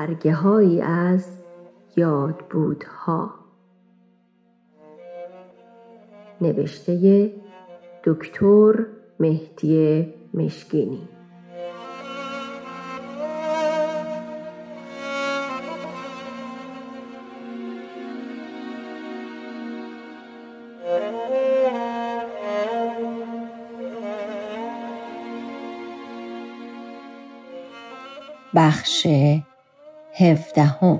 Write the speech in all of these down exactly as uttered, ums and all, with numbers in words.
برگه‌هایی از یادبودها. نوشته دکتر مهدی مشکینی. بخش هفدهم.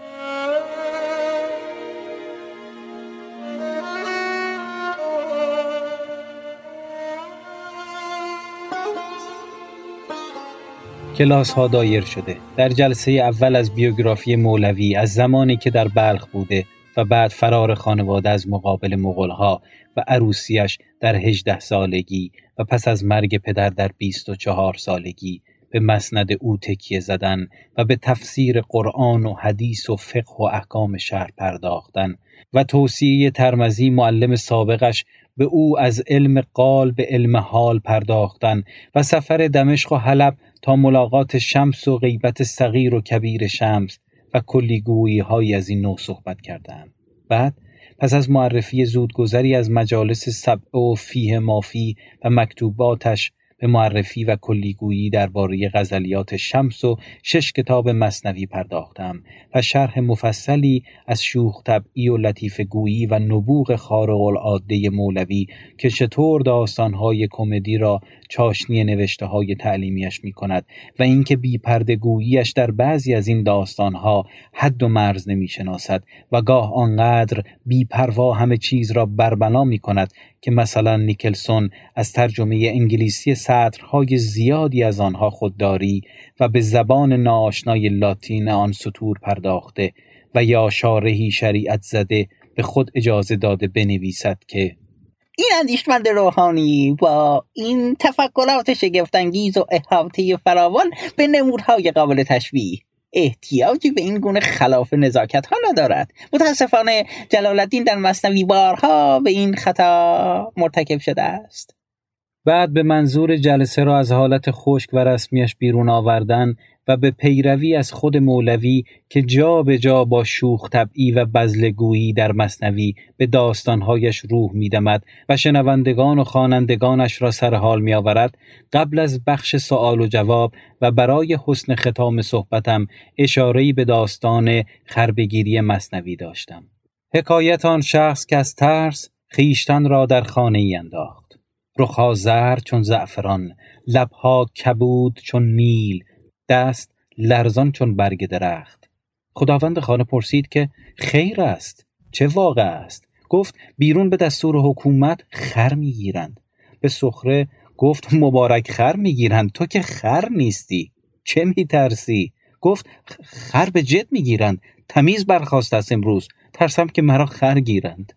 کلاس ها دایر شده. در جلسه اول از بیوگرافی مولوی از زمانی که در بلخ بوده و بعد فرار خانواده از مقابل مغول‌ها و عروسیش در هجده سالگی و پس از مرگ پدر در بیست و چهار سالگی به مسند او تکیه زدن و به تفسیر قرآن و حدیث و فقه و احکام شرع پرداختن و توصیه ترمذی معلم سابقش به او از علم قال به علم حال پرداختن و سفر دمشق و حلب تا ملاقات شمس و غیبت صغیر و کبیر شمس و کلی گویی های از این نوع صحبت کردم. بعد پس از معرفی زودگذری از مجالس سبع و فیه مافی و مکتوباتش به معرفی و کلیگویی درباره غزلیات شمس و شش کتاب مثنوی پرداختم و شرح مفصلی از شوخ طبعی و لطیفه گویی و نبوغ خارق العاده مولوی که چطور داستانهای کمدی را چاشنی نوشته های تعلیمیش می کند و اینکه بی پرده گوییش در بعضی از این داستانها حد و مرز نمی شناسد و گاه آنقدر بی پروا همه چیز را بربنا می کند که مثلا نیکلسون از ترجمه انگلیسی سطرهای زیادی از آنها خودداری و به زبان ناآشنای لاتین آن سطور پرداخته و یا شارحی شریعت زده به خود اجازه داده بنویسد که این اندیشمند روحانی با این تفکرات شگفت‌انگیز و احاطه فراوان به نمودهای قابل تشبیه احتیاجی به این گونه خلاف نزاکت ها ندارد. متاسفانه جلال الدین در مثنوی بارها به این خطا مرتکب شده است. بعد به منظور جلسه را از حالت خشک و رسمیش بیرون آوردن و به پیروی از خود مولوی که جا به جا با شوخ طبعی و بزلگویی در مثنوی به داستانهایش روح می‌دمد و شنوندگان و خوانندگانش را سر حال می‌آورد، قبل از بخش سوال و جواب و برای حسن ختام صحبتم اشاره‌ای به داستان خربگیری مثنوی داشتم. حکایت آن شخص که از ترس خیشتن را در خانه‌ای انداخت. رخها زرد چون زعفران، لبها کبود چون نیل، دست لرزان چون برگ درخت. خداوند خانه پرسید که خیر است، چه واقع است؟ گفت بیرون به دستور حکومت خر میگیرند. به سخره گفت مبارک خر میگیرند، تو که خر نیستی، چه میترسی؟ گفت خر به جد میگیرند، تمیز برخاست است امروز، ترسم که مرا خر گیرند.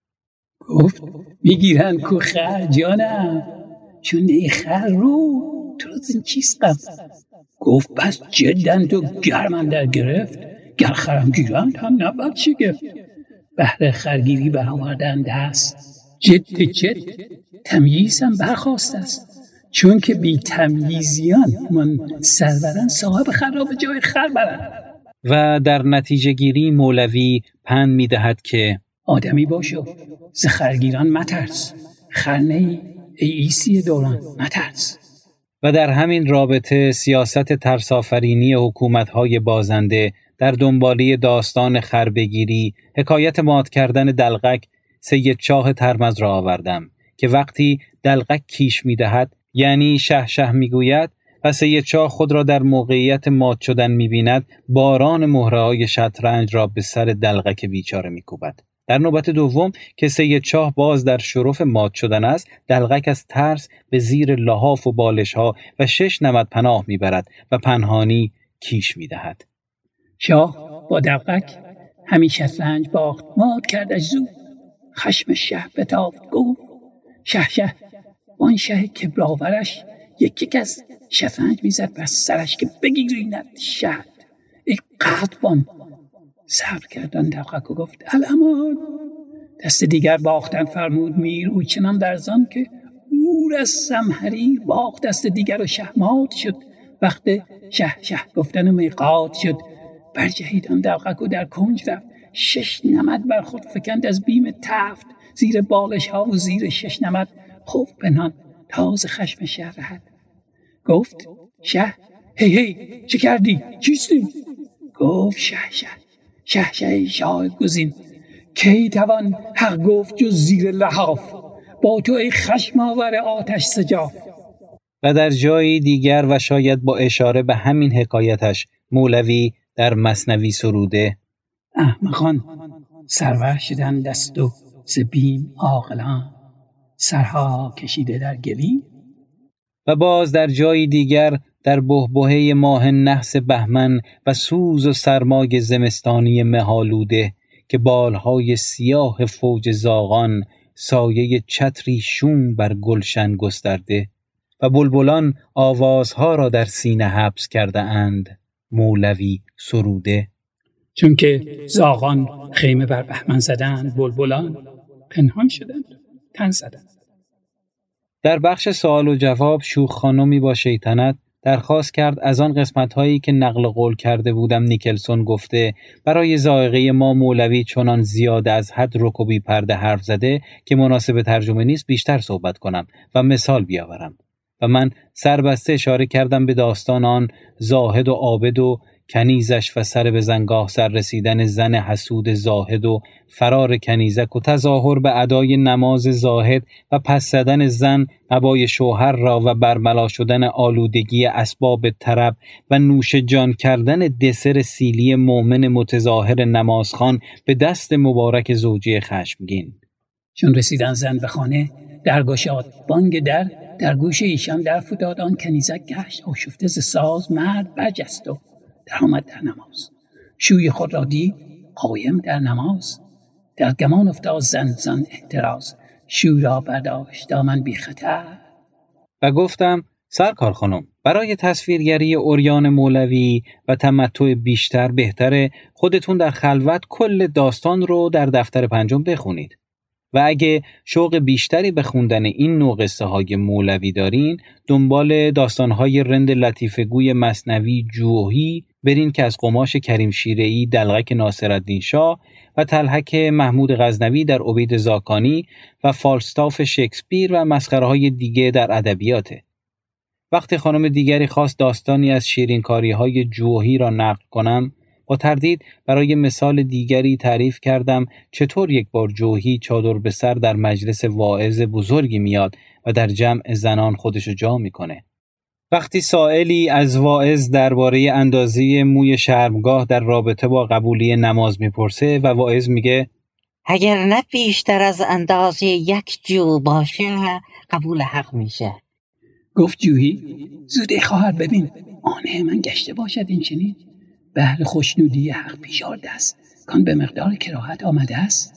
گفت میگیرن کو خر جانم، چون نی خر رو تو از این چیز قم. گفت بس جدند و گرمم در گرفت، گر خرم گیرند هم نبود شگفت. بهر خرگیری برآوردن دست، جد جد تمییزم برخاست است. چون که بی تمییزیان من سرورن، صاحب خر را به جای خر برن. و در نتیجه گیری مولوی پند می دهد که آدمی باشو، ز خرگیران مترس، خرنهی ای عیسی دوران مترس. و در همین رابطه سیاست ترسافرینی حکومت‌های بازنده در دنباله داستان خربگیری حکایت مات کردن دلقک سید شاه ترمذ را آوردم که وقتی دلقک کیش می‌دهد یعنی شه شه می‌گوید و سید شاه خود را در موقعیت مات شدن می‌بیند، باران مهره‌های شطرنج را به سر دلقک بیچاره می‌کوبد. در نوبت دوم که سید شاه باز در شرف مات شدن است، دلقک از ترس به زیر لحاف و بالش ها و شش نمد پناه میبرد و پنهانی کیش میدهد. شاه با دلقک همی شطرنج باخت، مات کردش زود. خشم شه بتافت، گفت شه شه وان شه کبرآورش، یک یک از شطرنج میزد بر سرش که بگیریند شهد. ای قدبان صبر کردن دلقک و گفت الامان. دست دیگر باختن فرمود میر او چنان در زان که اور از سمهری باخت دست دیگر و شهمات شد. وقت شه شه گفتن و میقات شد. برجهیدان دلقک و در کنج رفت. شش نمد بر خود فکند از بیم تفت، زیر بالش ها و زیر شش نمد خوف پنهان تاز خشم شه رهد. گفت شه هی هی چه کردی؟ چیستی؟ گفت شه شه شه شه شاه گزین، کی توان حق گفت جز زیر لحاف، با تو ای خشم آور آتش سجاف. و در جایی دیگر و شاید با اشاره به همین حکایتش مولوی در مثنوی سروده: احمقان سرور شدن دست و ز بیم عاقلان، سرها کشیده در گلیم. و باز در جایی دیگر در بحبوحه ماه نحس بهمن و سوز و سرمای زمستانی مه‌آلوده که بالهای سیاه فوج زاغان سایه چتری شوم بر گلشن گسترده و بلبلان آوازها را در سینه حبس کرده اند، مولوی سروده: چون که زاغان خیمه بر بهمن زدند، بلبلان پنهان شدند تن زدند. در بخش سوال و جواب شوخ خانمی با شیطنت درخواست کرد از آن قسمت‌هایی که نقل قول کرده بودم نیکلسون گفته برای ذائقه ما مولوی چنان زیاده از حد رک و بی پرده حرف زده که مناسب ترجمه نیست بیشتر صحبت کنم و مثال بیاورم. و من سربسته اشاره کردم به داستان آن زاهد و عابد و کنیزش و سر به زنگاه سر رسیدن زن حسود زاهد و فرار کنیزک و تظاهر به ادای نماز زاهد و پس زدن زن عبای شوهر را و برملا شدن آلودگی اسباب طرب و نوش جان کردن دسر سیلی مؤمن متظاهر نمازخوان به دست مبارک زوجی خشمگین. چون رسیدن زن به خانه در گشاد، بانگ در در گوش ایشان در فتاد. آن کنیزک گشت آشفته ز ساز، مرد برجست و در آمد در نماز. شوی خود را دید قایم در نماز، در گمان افتاد زن زن احتراز. شوی را برداشت دامن بی خطر و گفتم سرکار خانم، برای تصویرگری عریان مولوی و تمتع بیشتر بهتره خودتون در خلوت کل داستان رو در دفتر پنجم بخونید و اگه شوق بیشتری به خوندن این نوع قصه های مولوی دارین دنبال داستانهای رند لطیفگوی مثنوی جوهی برین که از قماش کریم شیره‌ای دلغک ناصرالدین شاه و تلحک محمود غزنوی در عبید زاکانی و فالستاف شکسپیر و مسخره‌های دیگه در ادبیاته. وقتی خانم دیگری خواست داستانی از شیرینکاری‌های جوهی را نقل کنم، با تردید برای مثال دیگری تعریف کردم چطور یک بار جوهی چادر به سر در مجلس واعظ بزرگی میاد و در جمع زنان خودشو جا میکنه. وقتی سائلی از واعظ درباره اندازه موی شرمگاه در رابطه با قبولی نماز میپرسه و واعظ میگه اگر نه بیشتر از اندازه یک جو باشه قبول حق میشه. گفت جوهی زود خواهر ببین آنه من گشته باشد این چنین، بهر خوشنودی حق پیش آرده است کان به مقدار کراهت آمده است.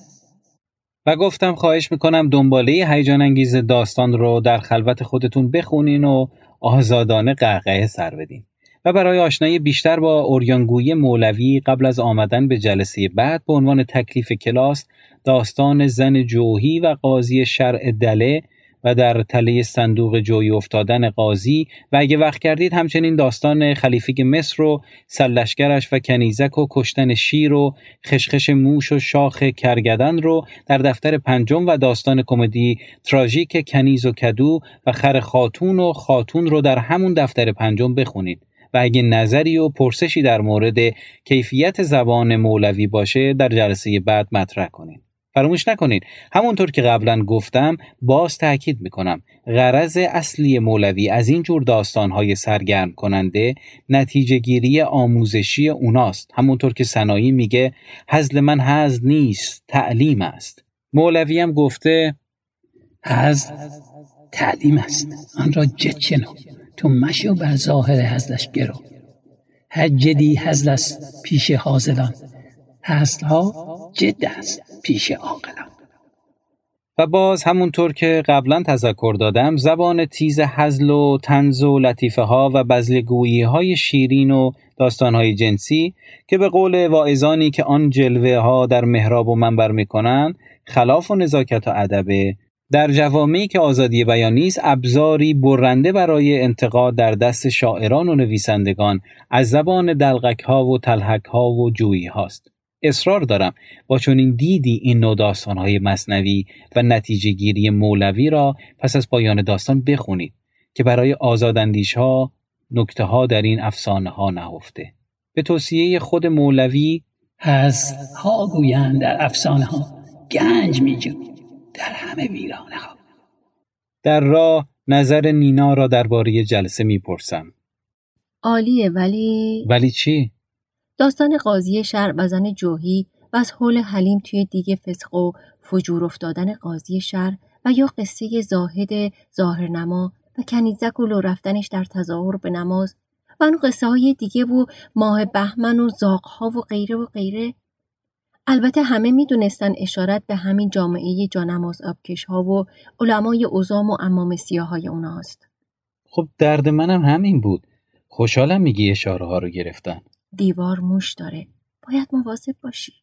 و گفتم خواهش میکنم دنباله هیجان انگیز داستان رو در خلوت خودتون بخونین و آزادانه قهقه سر بدین. و برای آشنایی بیشتر با عریانگویی مولوی قبل از آمدن به جلسه بعد به عنوان تکلیف کلاس داستان زن جوهی و قاضی شرع دله و در تله صندوق جویی افتادن قاضی و اگه وقت کردید همچنین داستان خلیفه مصر و سلشگرش و کنیزک و کشتن شیر و خشخش موش و شاخ کرگدن رو در دفتر پنجم و داستان کمدی تراژیک کنیز و کدو و خر خاتون و خاتون رو در همون دفتر پنجم بخونید و اگه نظری و پرسشی در مورد کیفیت زبان مولوی باشه در جلسه بعد مطرح کنید. فراموش نکنید همونطور که قبلا گفتم باز تأکید میکنم غرض اصلی مولوی از این جور داستانهای سرگرم کننده نتیجه گیری آموزشی اوناست. همونطور که سنایی میگه هزل من هزل نیست تعلیم است. مولوی هم گفته هزل تعلیم است، آن را جد شنو، تو مشو بر ظاهر هزلش گرو. هر جدی هزل است پیش حاضلان، هزل ها جد است پیش عاقلان. و باز همونطور که قبلا تذکر دادم زبان تیز هزل و طنز و لطیفه ها و بزلگویی های شیرین و داستان های جنسی که به قول واعظانی که آن جلوه ها در محراب و منبر میکنن خلاف و نزاکت و ادب در جوامعی که آزادی بیان نیست، ابزاری برنده برای انتقاد در دست شاعران و نویسندگان از زبان دلغک ها و تلحک ها و جویی هاست. اصرار دارم با چنین دیدی این نوع داستان های مثنوی و نتیجه گیری مولوی را پس از پایان داستان بخونید که برای آزاداندیش ها نکته ها در این افسانه ها نهفته. به توصیه خود مولوی، از ها گویند در افسانه ها گنج می جو در همه ویرانه ها. در راه نظر نینا را درباره جلسه میپرسم. عالیه، ولی ولی چی؟ داستان قاضی شرع و زن جوهی و از حول حلیم توی دیگه فسق و فجور افتادن قاضی شرع و یا قصه زاهد ظاهرنما و کنیزک و لو رفتنش در تظاهر به نماز و اون قصه های دیگه و ماه بهمن و زاغ‌ها و غیره و غیره. البته همه می دونستن اشارت به همین جامعه جانماز آبکش ها و علمای عظام و عمام سیاه های اونا هست. خب درد منم همین بود. خوشحالم میگی اشاره ها رو گرفتن. دیوار موش داره. باید مواظب باشی.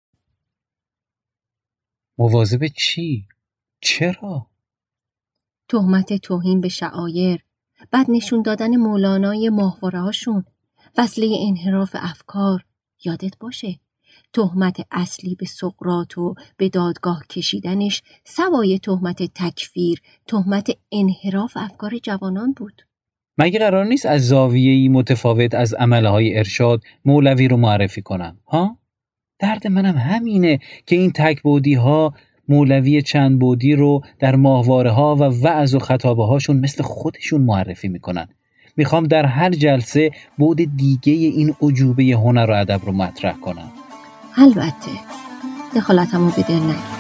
مواظب چی؟ چرا؟ تهمت توهین به شعایر، بعد نشون دادن مولانای ماهواره هاشون، وصله انحراف افکار، یادت باشه. تهمت اصلی به سقراط و به دادگاه کشیدنش سوای تهمت تکفیر، تهمت انحراف افکار جوانان بود. مگه قرار نیست از زاویه‌ای متفاوت از عملهای ارشاد مولوی رو معرفی کنم؟ ها؟ درد منم همینه که این تکبودی ها مولوی چند بودی رو در ماهواره ها و وعظ و خطابه هاشون مثل خودشون معرفی میکنن. میخوام در هر جلسه بود دیگه این عجوبه هنر و ادب رو مطرح کنم. البته دخالتمو به دل نگیر.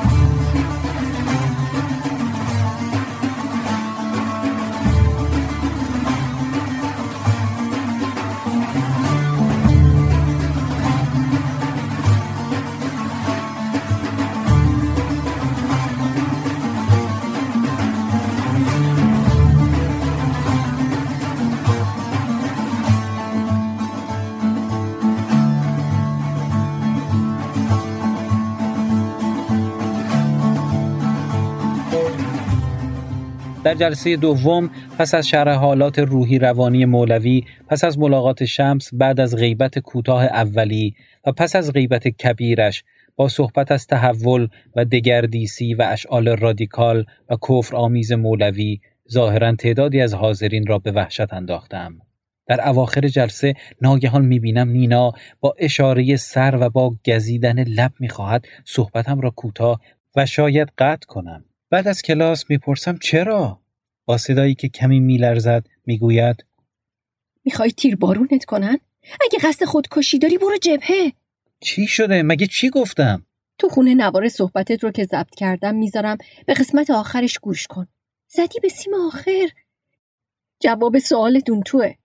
در جلسه دوم پس از شرح حالات روحی روانی مولوی، پس از ملاقات شمس بعد از غیبت کوتاه اولی و پس از غیبت کبیرش، با صحبت از تحول و دگردیسی و اشعال رادیکال و کفر آمیز مولوی، ظاهراً تعدادی از حاضرین را به وحشت انداختم. در اواخر جلسه ناگهان می‌بینم نینا با اشاره سر و با گزیدن لب می‌خواهد صحبتم را کوتاه و شاید قطع کنم. بعد از کلاس میپرسم چرا؟ با صدایی که کمی میلرزد میگوید میخوای تیر بارونت کنن؟ اگه قصد خودکشی داری برو جبهه. چی شده؟ مگه چی گفتم؟ تو خونه نوار صحبتت رو که ضبط کردم میذارم، به قسمت آخرش گوش کن. زدی به سیم آخر. جواب سوالتون توه.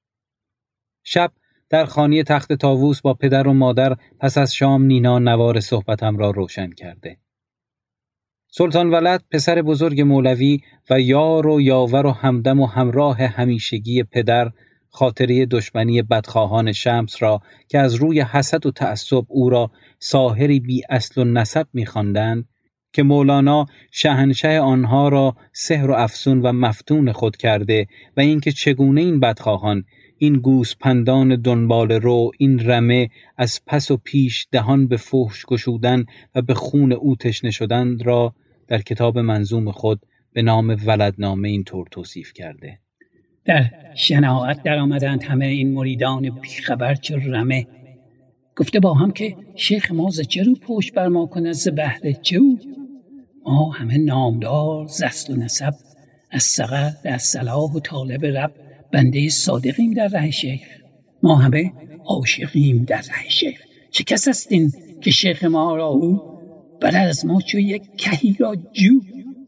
شب در خانه تخت طاووس با پدر و مادر پس از شام نینا نوار صحبتم را روشن کرده. سلطان ولد پسر بزرگ مولوی و یار و یاور و همدم و همراه همیشگی پدر، خاطره دشمنی بدخواهان شمس را که از روی حسد و تعصب او را ساحری بی اصل و نسب می‌خواندند، که مولانا شهنشه آنها را سحر و افسون و مفتون خود کرده و اینکه چگونه این بدخواهان، این گوسپندان دنبال رو، این رمه از پس و پیش دهان به فحش گشودن و به خون او تشنه شدند را در کتاب منظوم خود به نام ولدنامه این طور توصیف کرده. در شناعت در آمدند همه این مریدان بیخبر چه رمه. گفته با هم که شیخ ما ز چه رو پشت بر ما کند ز بهر چه او؟ ما همه نامدار ز اصل و نسب، از صغر از صلاح و طالب رب، بنده صادقیم در ره شیخ. ما همه عاشقیم در ره شیخ. چه کس است این که شیخ ما را او، بلد از ما چو یک کهی را جو.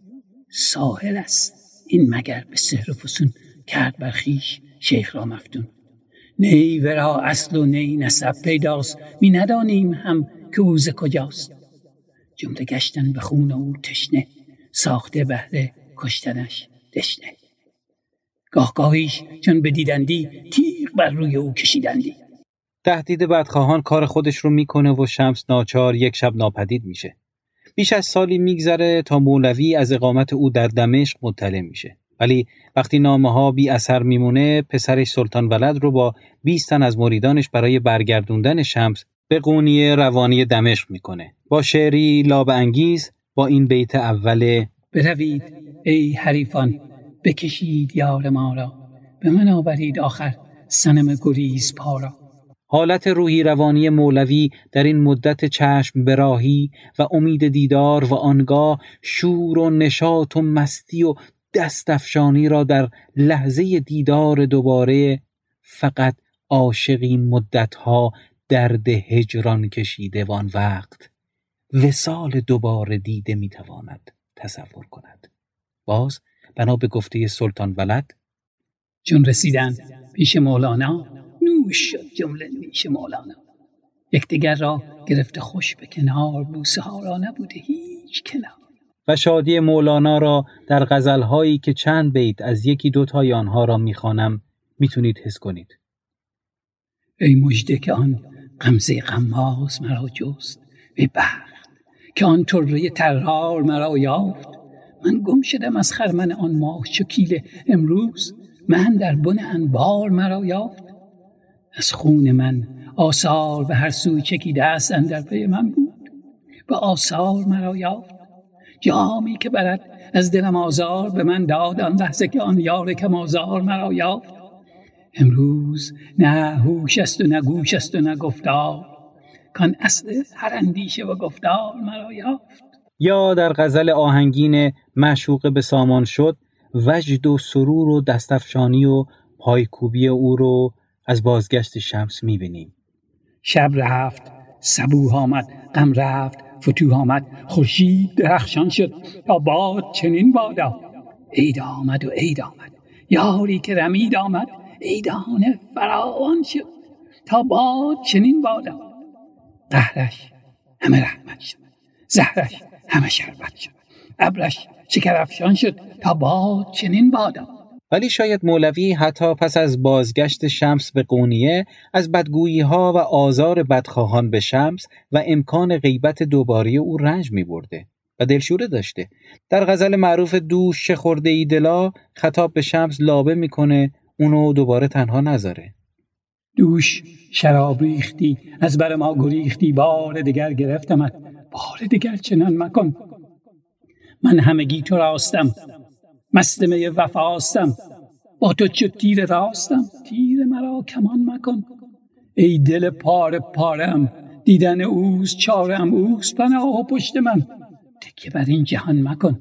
ساحر است این مگر به سحر و فسون، کرد بر خویش شیخ را مفتون. نی ورا اصل و نی نسب پیداست، می ندانیم هم که او ز کجاست. جمله گشتن به خون او تشنه، ساخته بهر کشتنش دشنه. گاه گاهیش چون بدیدندی، تیغ بر روی او کشیدندی. تهدید بدخواهان کار خودش رو میکنه و شمس ناچار یک شب ناپدید میشه. بیش از سالی میگذره تا مولوی از اقامت او در دمشق مطلع میشه. ولی وقتی نامه ها بی اثر میمونه، پسرش سلطان ولد رو با بیست تن از مریدانش برای برگردوندن شمس به قونیه روانی دمشق میکنه. با شعری لابه انگیز با این بیت اول: بروید ای حریفان بکشید یار ما را، به من آورید آخر صنم گریز پارا. حالت روحی روانی مولوی در این مدت چشم براهی و امید دیدار و آنگاه شور و نشاط و مستی و دستفشانی را در لحظه دیدار دوباره فقط عاشقی مدتها درد هجران کشیده وان وقت وصال دوباره دیده میتواند تصور کند. باز بنا به گفته سلطان ولد: چون رسیدن پیش مولانا، نوش شد جمله نیش مولانا. یکدیگر را گرفته خوش به کنار، بوسه ها را نبوده هیچ کنار. و شادی مولانا را در غزل‌هایی که چند بیت از یکی دو تای آنها را می‌خوانم میتونید حس کنید. ای مژده که آن غمزه غماز مرا جست، ای بخت که آن طره طرار مرا یافت. من گم شدم از خرمن آن ماه شکیل، امروز من در بن انبار مرا یافت. از خون من آثار به هر سوی چکیده است، اندر پی من بود به آثار مرا یافت. جامی که برد از دلم آزار، به من داد آن لحظه که آن یار کم آزار مرا یافت. امروز نه هوش است و نه گوش است و نه گفتار، کان اصل هر اندیشه و گفتار مرا یافت. یا در غزل آهنگین معشوقه به سامان شد، وجد و سرور و دستفشانی و پایکوبی او رو از بازگشت شمس می‌بینیم. شب رفت صبوح آمد، غم رفت فتوح آمد، خورشید درخشان شد تا باد چنین بادا. عید آمد و عید آمد، یاری که رمید آمد، عیدانه فراوان شد تا باد چنین بادا. قهرش همه رحمت شد، زهرش همه شربت شد، ابرش شکرافشان شد تا باد چنین بادا. ولی شاید مولوی حتی پس از بازگشت شمس به قونیه از بدگویی‌ها و آزار بدخواهان به شمس و امکان غیبت دوباره او رنج می‌برده و دلشوره داشته. در غزل معروف دوش چه خورده ای دلا، خطاب به شمس لابه میکنه اونو دوباره تنها نذاره. دوش شراب ریختی، از بر ما گریختی، بار دگر گرفتمت، بار دگر چنان مکن. من همگی تو راستم، مست می وفاستم، با تو چه تیر راستم، تیر مرا کمان مکن. ای دل پاره پارم، دیدن اوز چارم، اوز پناه و پشت من، تکیه بر این جهان مکن.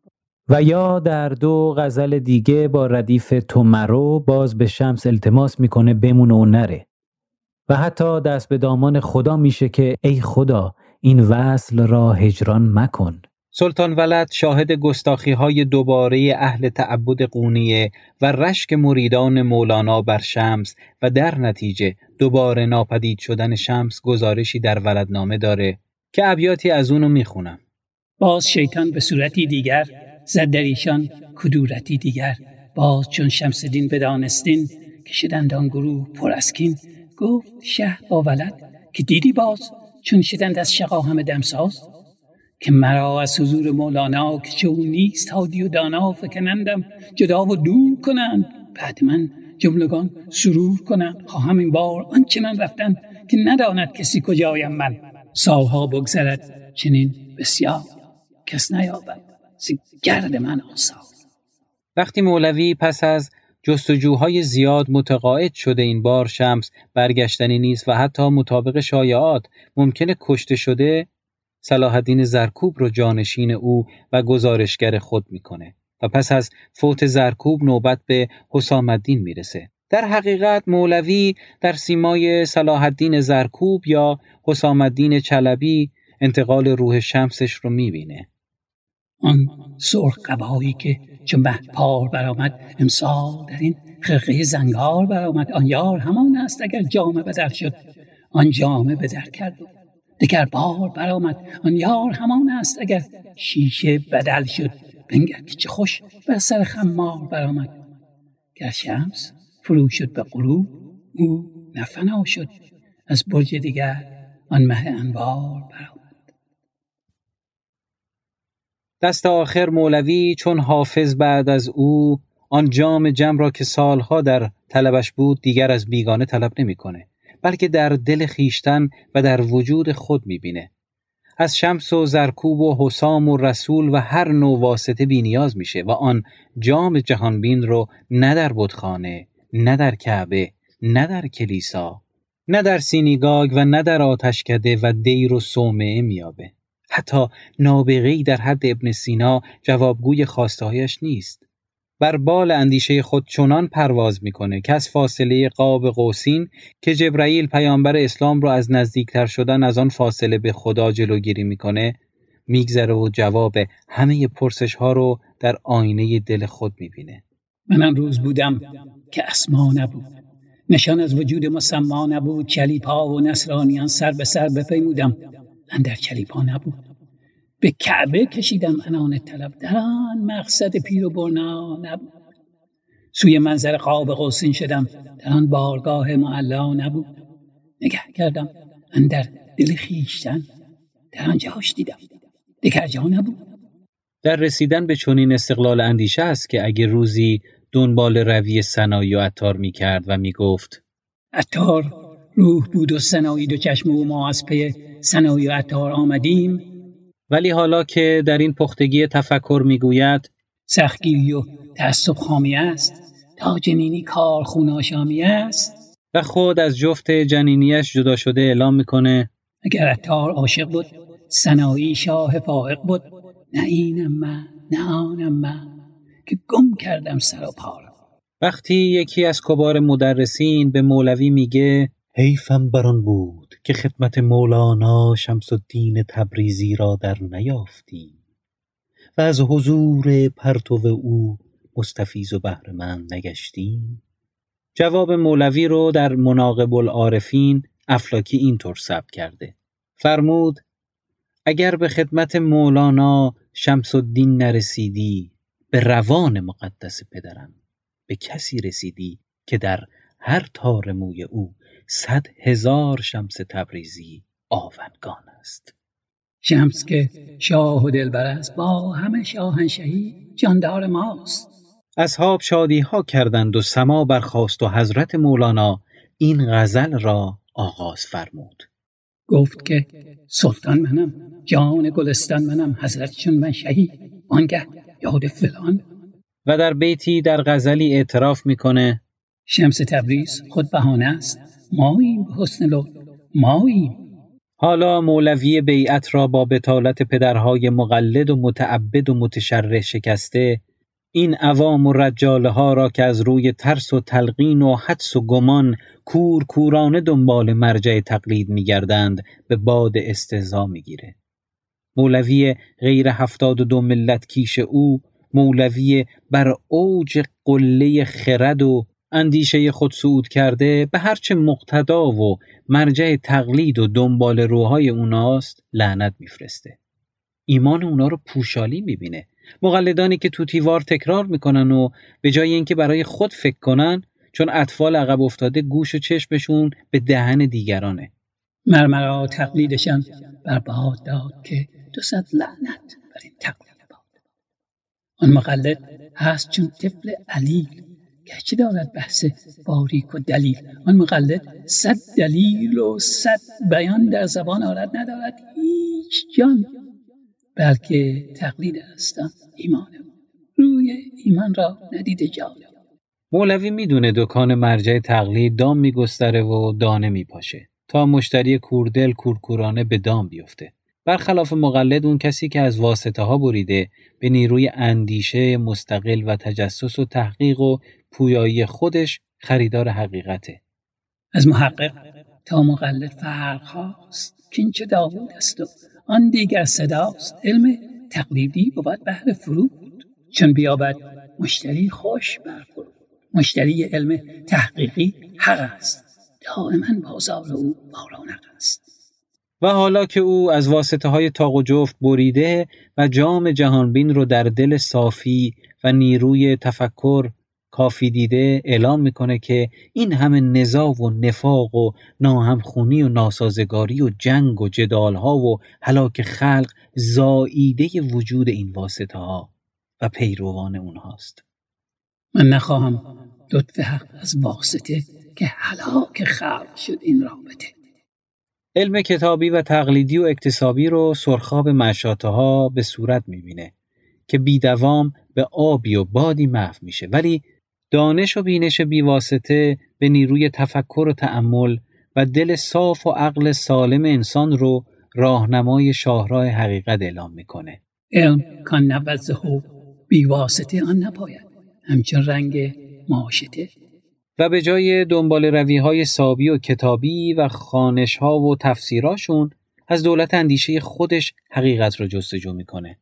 و یا در دو غزل دیگه با ردیف تو مرو باز به شمس التماس میکنه بمونه و نره و حتی دست به دامان خدا میشه که ای خدا این وصل را هجران مکن. سلطان ولد شاهد گستاخی های دوباره اهل تعبد قونیه و رشک مریدان مولانا بر شمس و در نتیجه دوباره ناپدید شدن شمس گزارشی در ولدنامه داره که ابیاتی از اونو میخونم. باز شیطان به صورتی دیگر زد در ایشان کدورتی دیگر. باز چون شمس دین بدانستین که شدند آن گروه پر از کین. گفت شه با ولد که دیدی باز چون شدند از شقا همه دمساز. که مرا از حضور مولانا که چون نیست هادی و دانا فکنندم جدا و دور کنند. بعد من جملگان سرور کنند. خواهم این بار آنچنان رفتن که نداند کسی کجایم من. سالها بگذرد چنین بسیار کس نیابد ز گرد من آثار. وقتی مولوی پس از جستجوهای زیاد متقاعد شده این بار شمس برگشتنی نیست و حتی مطابق شایعات ممکنه کشته شده، صلاح الدین زرکوب رو جانشین او و گزارشگر خود میکنه و پس از فوت زرکوب نوبت به حسام الدین میرسه. در حقیقت مولوی در سیمای صلاح الدین زرکوب یا حسام الدین چلبی انتقال روح شمسش رو میبینه. آن سرخ قبایی که چون مهپار برآمد، امسال در این خرقه زنگار برآمد. آن یار همان است اگر جامه بدر شد، آن جامه بدر کرد دگر بار برآمد. آن یار همان است اگر شیشه بدل شد، بنگر که چه خوش بر سر خمار برآمد. گر شمس فرو شد به غروب، او نفنا شد، از برج دیگر آن مه انوار برآمد. دست آخر مولوی چون حافظ بعد از او آن جام جم را که سالها در طلبش بود دیگر از بیگانه طلب نمی‌کنه، بلکه در دل خیشتن و در وجود خود می‌بینه. از شمس و زرکوب و حسام و رسول و هر نوع واسطه بی نیاز میشه و آن جام جهانبین رو نه در بتخانه، نه در کعبه، نه در کلیسا، نه در سینیگاگ و نه در آتشکده و دیر و صومعه میابه. حتی نابغه‌ای در حد ابن سینا جوابگوی خواسته‌هایش نیست. بر بال اندیشه خود چنان پرواز میکنه که از فاصله قاب قوسین که جبرائیل پیامبر اسلام رو از نزدیکتر شدن از آن فاصله به خدا جلوگیری میکنه میگذره و جواب همه پرسش ها رو در آینه دل خود میبینه. من آن روز بودم که اسما نبود، نشان از وجود مسما نبود، چلیپا و نصرانیان سر به سر بپیمودم، اندر چلیپا نبود. به کعبه کشیدم عنان طلب، در آن مقصد پیر و برنا نبود. سوی منظر قاب قوسین شدم، در آن بارگاه معلا نبود. نگه کردم اندر دل خیشتن، در آن جاش دیدم دیگر جا نبود. در رسیدن به چنین استقلال اندیشه است که اگه روزی دنبال روی سنایی و عطار می کرد و می گفت عطار روح بود و سنایی دو چشم و ما از پی سنایی و عطار آمدیم، ولی حالا که در این پختگی تفکر می گوید سختگیری و تعصب خامی است، تا جنینی کار خوناشامی است، و خود از جفت جنینیش جدا شده اعلام میکنه اگر عطار عاشق بود سنایی شاه فائق بود، نه اینم من نه آنم من که گم کردم سر و پا را. وقتی یکی از کبار مدرسین به مولوی میگه حیفم بران بود که خدمت مولانا شمس الدین تبریزی را در نیافتی و از حضور پرتو او مستفیض و بهره‌مند نگشتیم، جواب مولوی رو در مناقب العارفین افلاکی اینطور ثبت کرده. فرمود اگر به خدمت مولانا شمس الدین نرسیدی، به روان مقدس پدرم به کسی رسیدی که در هر تار موی او صد هزار شمس تبریزی آونگان است. شمس که شاه و دلبر است، با همه شاهنشهی جاندار ماست. اصحاب شادی ها کردند و سما برخاست و حضرت مولانا این غزل را آغاز فرمود. گفت که سلطان منم، جان گلستان منم، حضرت چون من شهی آنگه یاد فلان. و در بیتی در غزلی اعتراف میکنه شمس تبریز خود بهانه است، ماییم به حسن لطف ماییم. حالا مولوی بیعت را با بطالت پدرهای مقلد و متعبد و متشرع شکسته، این عوام و رجاله ها را که از روی ترس و تلقین و حدس و گمان کور کورانه دنبال مرجع تقلید می‌گردند به باد استهزا می‌گیره. مولوی غیر هفتاد و دو ملت کیش او، مولوی بر اوج قله خرد و اندیشه خود صعود کرده، به هرچه مقتدا و مرجع تقلید و دنبال روهای اوناست لعنت میفرسته. ایمان اونا رو پوشالی میبینه. مقلدانی که توتیوار تکرار میکنن و به جای اینکه برای خود فکر کنن، چون اطفال عقب افتاده گوش و چشمشون به دهن دیگرانه. مرمرا تقلیدشان بر باد داد که دو صد لعنت بر این تقلید باد. آن مقلد هست چون طفل علیل، گرچه دارد بحث باریک و دلیل. آن مقلد صد دلیل و صد بیان در زبان آرد، ندارد هیچ جان، بلکه تقلید هستن ایمان، روی ایمان را ندیده جان. مولوی میدونه دکان مرجع تقلید دام میگستره و دانه میپاشه تا مشتری کوردل کورکورانه به دام بیفته. برخلاف مقلد، اون کسی که از واسطه ها بریده به نیروی اندیشه مستقل و تجسس و تحقیق و پویایی خودش خریدار حقیقته. از محقق تا مقلد فرق هاست، که این چه داوود است و آن دیگر صداست. علم تقلیدی بود بهر فرود، چون بیابد مشتری خوش بر فرود. مشتری علم تحقیقی حق است، دائما بازار او بارانق است. و حالا که او از واسطه های تاق و جفت بریده و جام جهانبین رو در دل صافی و نیروی تفکر کافی دیده اعلام میکنه که این همه نزاع و نفاق و ناهمخونی و ناسازگاری و جنگ و جدالها و هلاک خلق زائیده وجود این واسطه ها و پیروان اونهاست. من نخواهم لطف حق از واسطه که هلاک خلق شد این رابطه. علم کتابی و تقلیدی و اکتسابی رو سرخاب مشاطه ها به صورت میبینه که بیدوام به آبی و بادی محو میشه، ولی دانش و بینش بیواسطه به نیروی تفکر و تأمل و دل صاف و عقل سالم انسان رو راهنمای شاهراه حقیقت اعلام میکنه. علم کان نوزه بیواسطه آن نپاید، همچون رنگ ماشته. و به جای دنبال رویهای سابی و کتابی و خوانش‌ها و تفسیراشون از دولت اندیشه خودش حقیقت رو جستجو میکنه.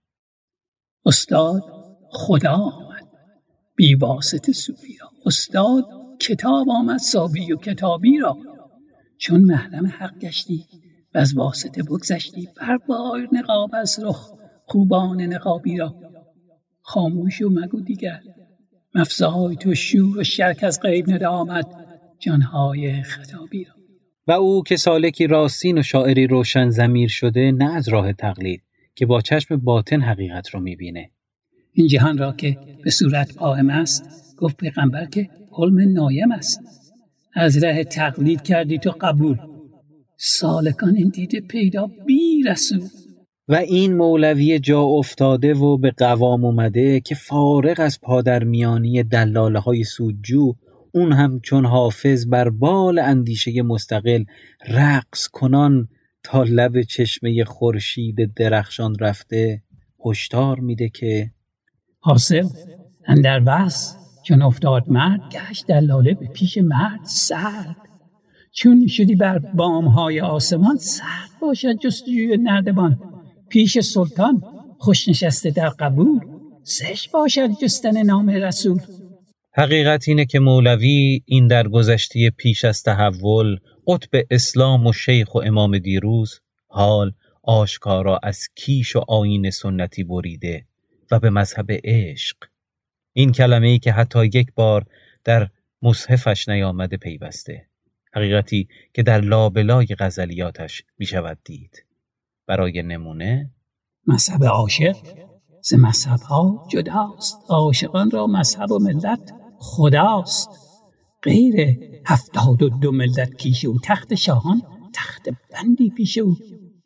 استاد خدا آمد بی واسطه صوفی را، استاد کتاب آمد سابی و کتابی را. چون محرم حق گشتی و از واسطه بگذشتی، بربار نقاب از رخ خوبان نقابی را. خاموش و مگو دیگر مفزای تو شور و شرک از غیب ندا آمد جانهای خطابی را. و او که سالکی راستین و شاعری روشن ضمیر شده، نه از راه تقلید که با چشم باطن حقیقت رو میبینه. این جهان را که به صورت قائم است، گفت پیغمبر که حلم نایم است. از ره تقلید کردی تو قبول، سالکان این دیده پیدا بی رسول. و این مولوی جا افتاده و به قوام اومده که فارغ از پادرمیانی دلاله های سودجو، اون هم چون حافظ بر بال اندیشه مستقل رقص کنان تا لب چشمه خورشید درخشان رفته، هشدار میده که حاصل اندر وصل چون افتاد مرد، گشت دلاله به پیش مرد سرد. چون شدی بر بامهای آسمان، سرد باشد جستجوی نردبان. پیش سلطان خوش نشسته در قبول، زشت باشد جستن نام رسول. حقیقت اینه که مولوی این در گذشته پیش از تحول، قطب اسلام و شیخ و امام دیروز، حال آشکارا از کیش و آیین سنتی بریده و به مذهب عشق، این کلمه‌ای که حتی یک بار در مصحفش نیامده پیوسته، حقیقتی که در لابلای غزلیاتش میشود دید. برای نمونه مذهب عاشق ز مذهب‌ها جداست، عاشقان را مذهب و ملت خداست. غیر هفتاد و دو ملت کیش او، تخت شاهان تخت بندی پیش او.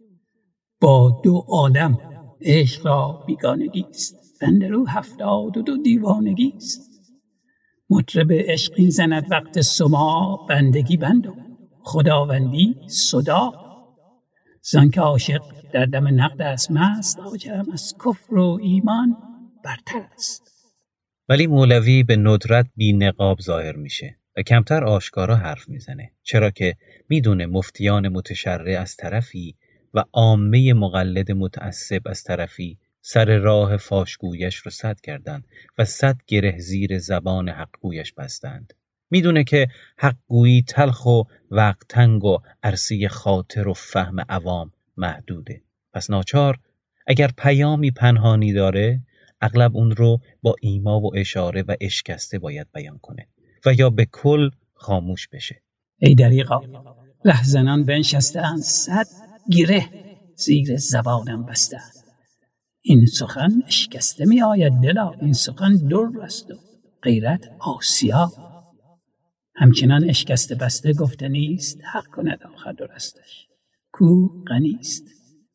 با دو عالم عشق را بیگانگیست، بند رو هفتاد و دو دیوانگیست. مطرب عشق این زند وقت سما، بندگی بندو خداوندی صدا. زن که عاشق در دم نقد است مست، لاجرم از کفر و ایمان برتر است. ولی مولوی به ندرت بی نقاب ظاهر میشه و کمتر آشکارا حرف میزنه، چرا که میدونه مفتیان متشرع از طرفی و عامه مقلد متعصب از طرفی سر راه فاشگویش رو سد کردند و صد گره زیر زبان حقگویش بستند. میدونه که حقگویی تلخ و وقت تنگ و عرصه خاطر و فهم عوام محدوده. پس ناچار اگر پیامی پنهانی داره، اغلب اون رو با ایما و اشاره و اشکسته باید بیان کنه و یا به کل خاموش بشه. ای دریغا رهزنان بنشسته‌اند، صد گره زیر زبانم بسته. این سخن اشکسته می آید دلا، این سخن در است و غیرت آسیا. همچنان اشکسته بسته گفته نیست، حق کند آخر درستش. کو غنیست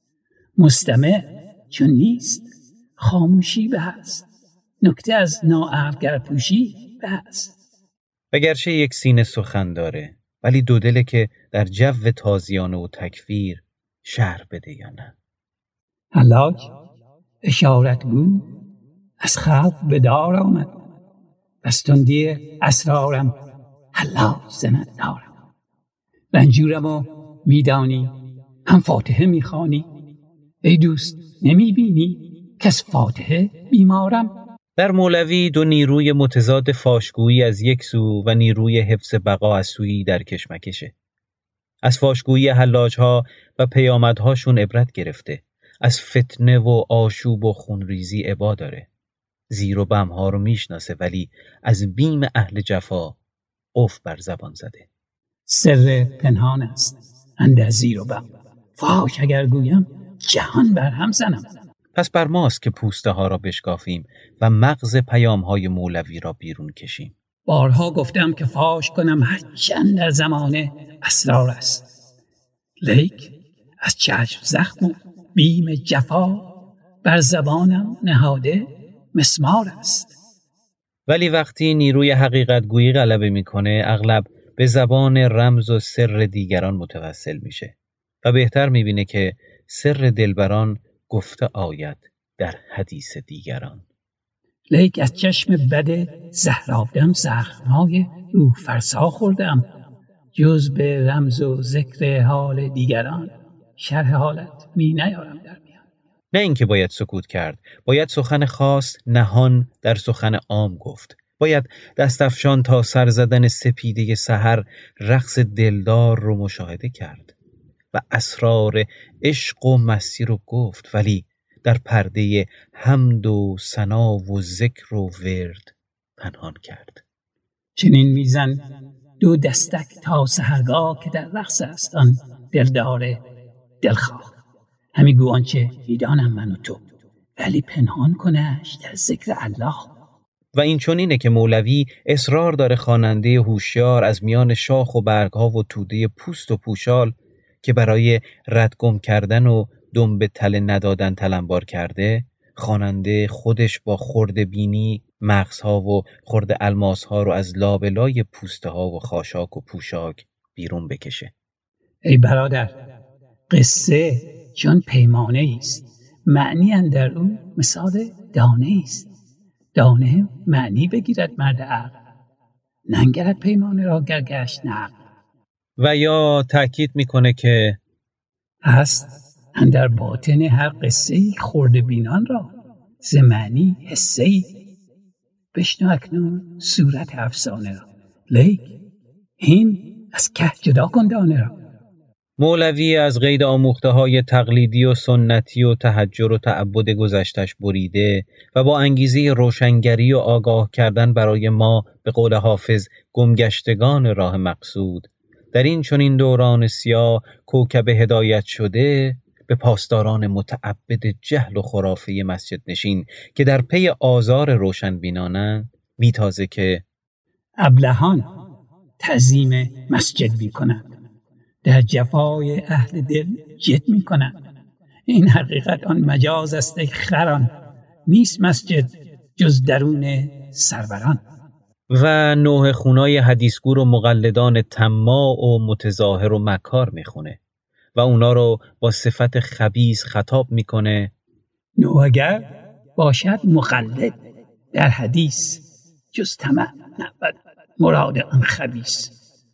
مستمع چون نیست، خاموشی به هست. نکته از ناعقل پوشی به هست. اگرچه یک سینه سخن داره، ولی دو دله که در جو تازیانه و تکفیر شرح بده یا نه. حلاج اشارتگو از خلق به دار آمد، پس تندی اسرارم حلاج زند دارم. رنجورم و میدانی هم فاتحه میخوانی، ای دوست نمیبینی که از فاتحه بیمارم. در مولوی دو نیروی متضاد فاشگویی از یک سو و نیروی حفظ بقا از سویی در کشمکشه. از فاشگویی حلاج‌ها و پیامدهاشون عبرت گرفته، از فتنه و آشوب و خونریزی ابا داره. زیر و بمها رو میشناسه، ولی از بیم اهل جفا قفل بر زبان زده. سر پنهان است اندر زیر و بم، فاش اگر گویم جهان بر هم زنم. پس بر ماست که پوسته ها را بشکافیم و مغز پیام های مولوی را بیرون کشیم. بارها گفتم که فاش کنم هر چند در زمانه اسرار است، لیک از چشم زخم و بیم جفا بر زبانم نهاده مسمار است. ولی وقتی نیروی حقیقت گویی غلبه میکنه، اغلب به زبان رمز و سر دیگران متوسل میشه و بهتر میبینه که سر دلبران گفته آید در حدیث دیگران. لیک از چشم بد زهرآبدم زخمهای روح فرسا خوردم، جز به رمز و ذکر حال دیگران شرح حالت می نیارم در میان. نه اینکه باید سکوت کرد، باید سخن خاص نهان در سخن عام گفت. باید دستفشان تا سر زدن سپیده سحر رقص دلدار رو مشاهده کرد و اسرار عشق و مستی رو گفت، ولی در پرده حمد و ثنا و ذکر و ورد پنهان کرد. چنین میزن دو دستک تا سحرگاه که در رقص است آن دلدار دلخواه. همی گو آنچه میدانم من و تو، ولی پنهان کنش در ذکر الله. و این چنینه که مولوی اصرار داره خواننده هوشیار از میان شاخ و برگها و توده پوست و پوشال که برای ردگم کردن و دم به تله ندادن تلمبار کرده، خواننده خودش با خرده بینی مغزها و خرده الماسها رو از لابلای پوسته ها و خاشاک و پوشاک بیرون بکشه. ای برادر، قصه چون پیمانه است، معنی اندر اون مثال دانه است. دانه معنی بگیرد مرد عقل، ننگرد پیمانه را گر گشت نقل. و یا تأکید میکنه که هست اندر باطن هر قصه‌ای خرده بینان را ز معنی حسه‌ای. بشنو اکنون صورت افسانه را، لیک هین از که جدا کن دانه را. مولوی از قید آموخته های تقلیدی و سنتی و تحجر و تعبد گذشتش بریده و با انگیزه روشنگری و آگاه کردن برای ما به قول حافظ گمگشتگان راه مقصود در این چنین دوران سیاه کوکب هدایت شده به پاسداران متعبد جهل و خرافه مسجد نشین که در پی آزار روشنبینانند میتازه که ابلهان تعظیم مسجد میکنند، در جفای اهل دل جد میکنند. این حقیقت آن مجاز است ای خران، نیست مسجد جز درون سروران. و نوح خونای حدیثگور و مقلدان طماع و متظاهر و مکار میخونه و اونا رو با صفت خبیث خطاب میکنه. نوحگر باشد مقلد در حدیث، جز طمع نبود مراد آن خبیث.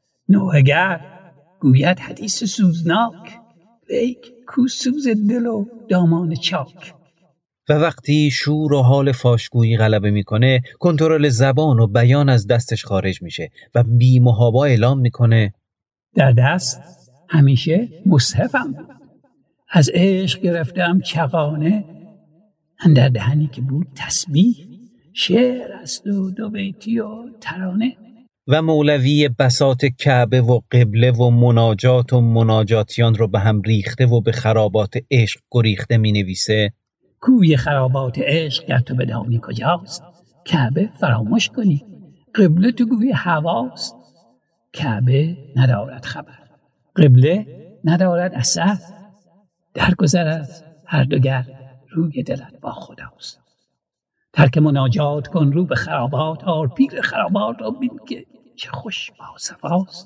نوحگر گوید حدیث سوزناک، لیک کو سوز دل و دامان چاک. و وقتی شور و حال فاشگویی غلبه میکنه، کنترل زبان و بیان از دستش خارج میشه و بی محابا اعلام میکنه در دست همیشه مصحفم بود، از عشق گرفتم چغانه، اندر دهنی که بود تسبیح، شعر است و دو بیتی و ترانه. و مولوی بساط کعبه و قبله و مناجات و مناجاتیان رو به هم ریخته و به خرابات عشق گریخته می نویسه. کوی خرابات عشق گر تو بدانی کجاست، کعبه فراموش کنی، قبله تو گوی هواست. کعبه ندارد خبر، قبله ندارد اثر، درگذر از هر دوگر روی دلت با خداست. ترک مناجات کن رو به خرابات، آر پیر خرابات را بین که چه خوش با صفاست.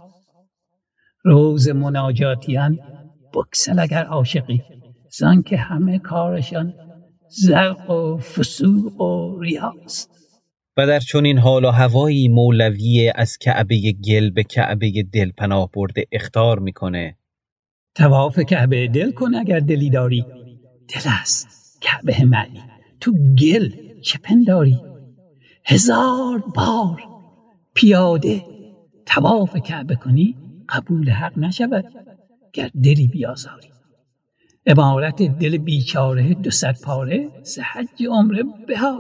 روز مناجاتیان بکسل اگر عاشقی، زن که همه کارشان زرق و فسوق و ریاست. و در چنین حال و هوایی مولوی از کعبه گل به کعبه دل پناه برده اخطار میکنه. طواف کعبه دل کن اگر دلی داری، دل است کعبه معنی، تو گل چه پنداری. هزار بار پیاده طواف کعبه کنی، قبول حق نشود گر دلی بیازاری. عبارت دل بیچاره دو صد پاره ز حج عمره بهاید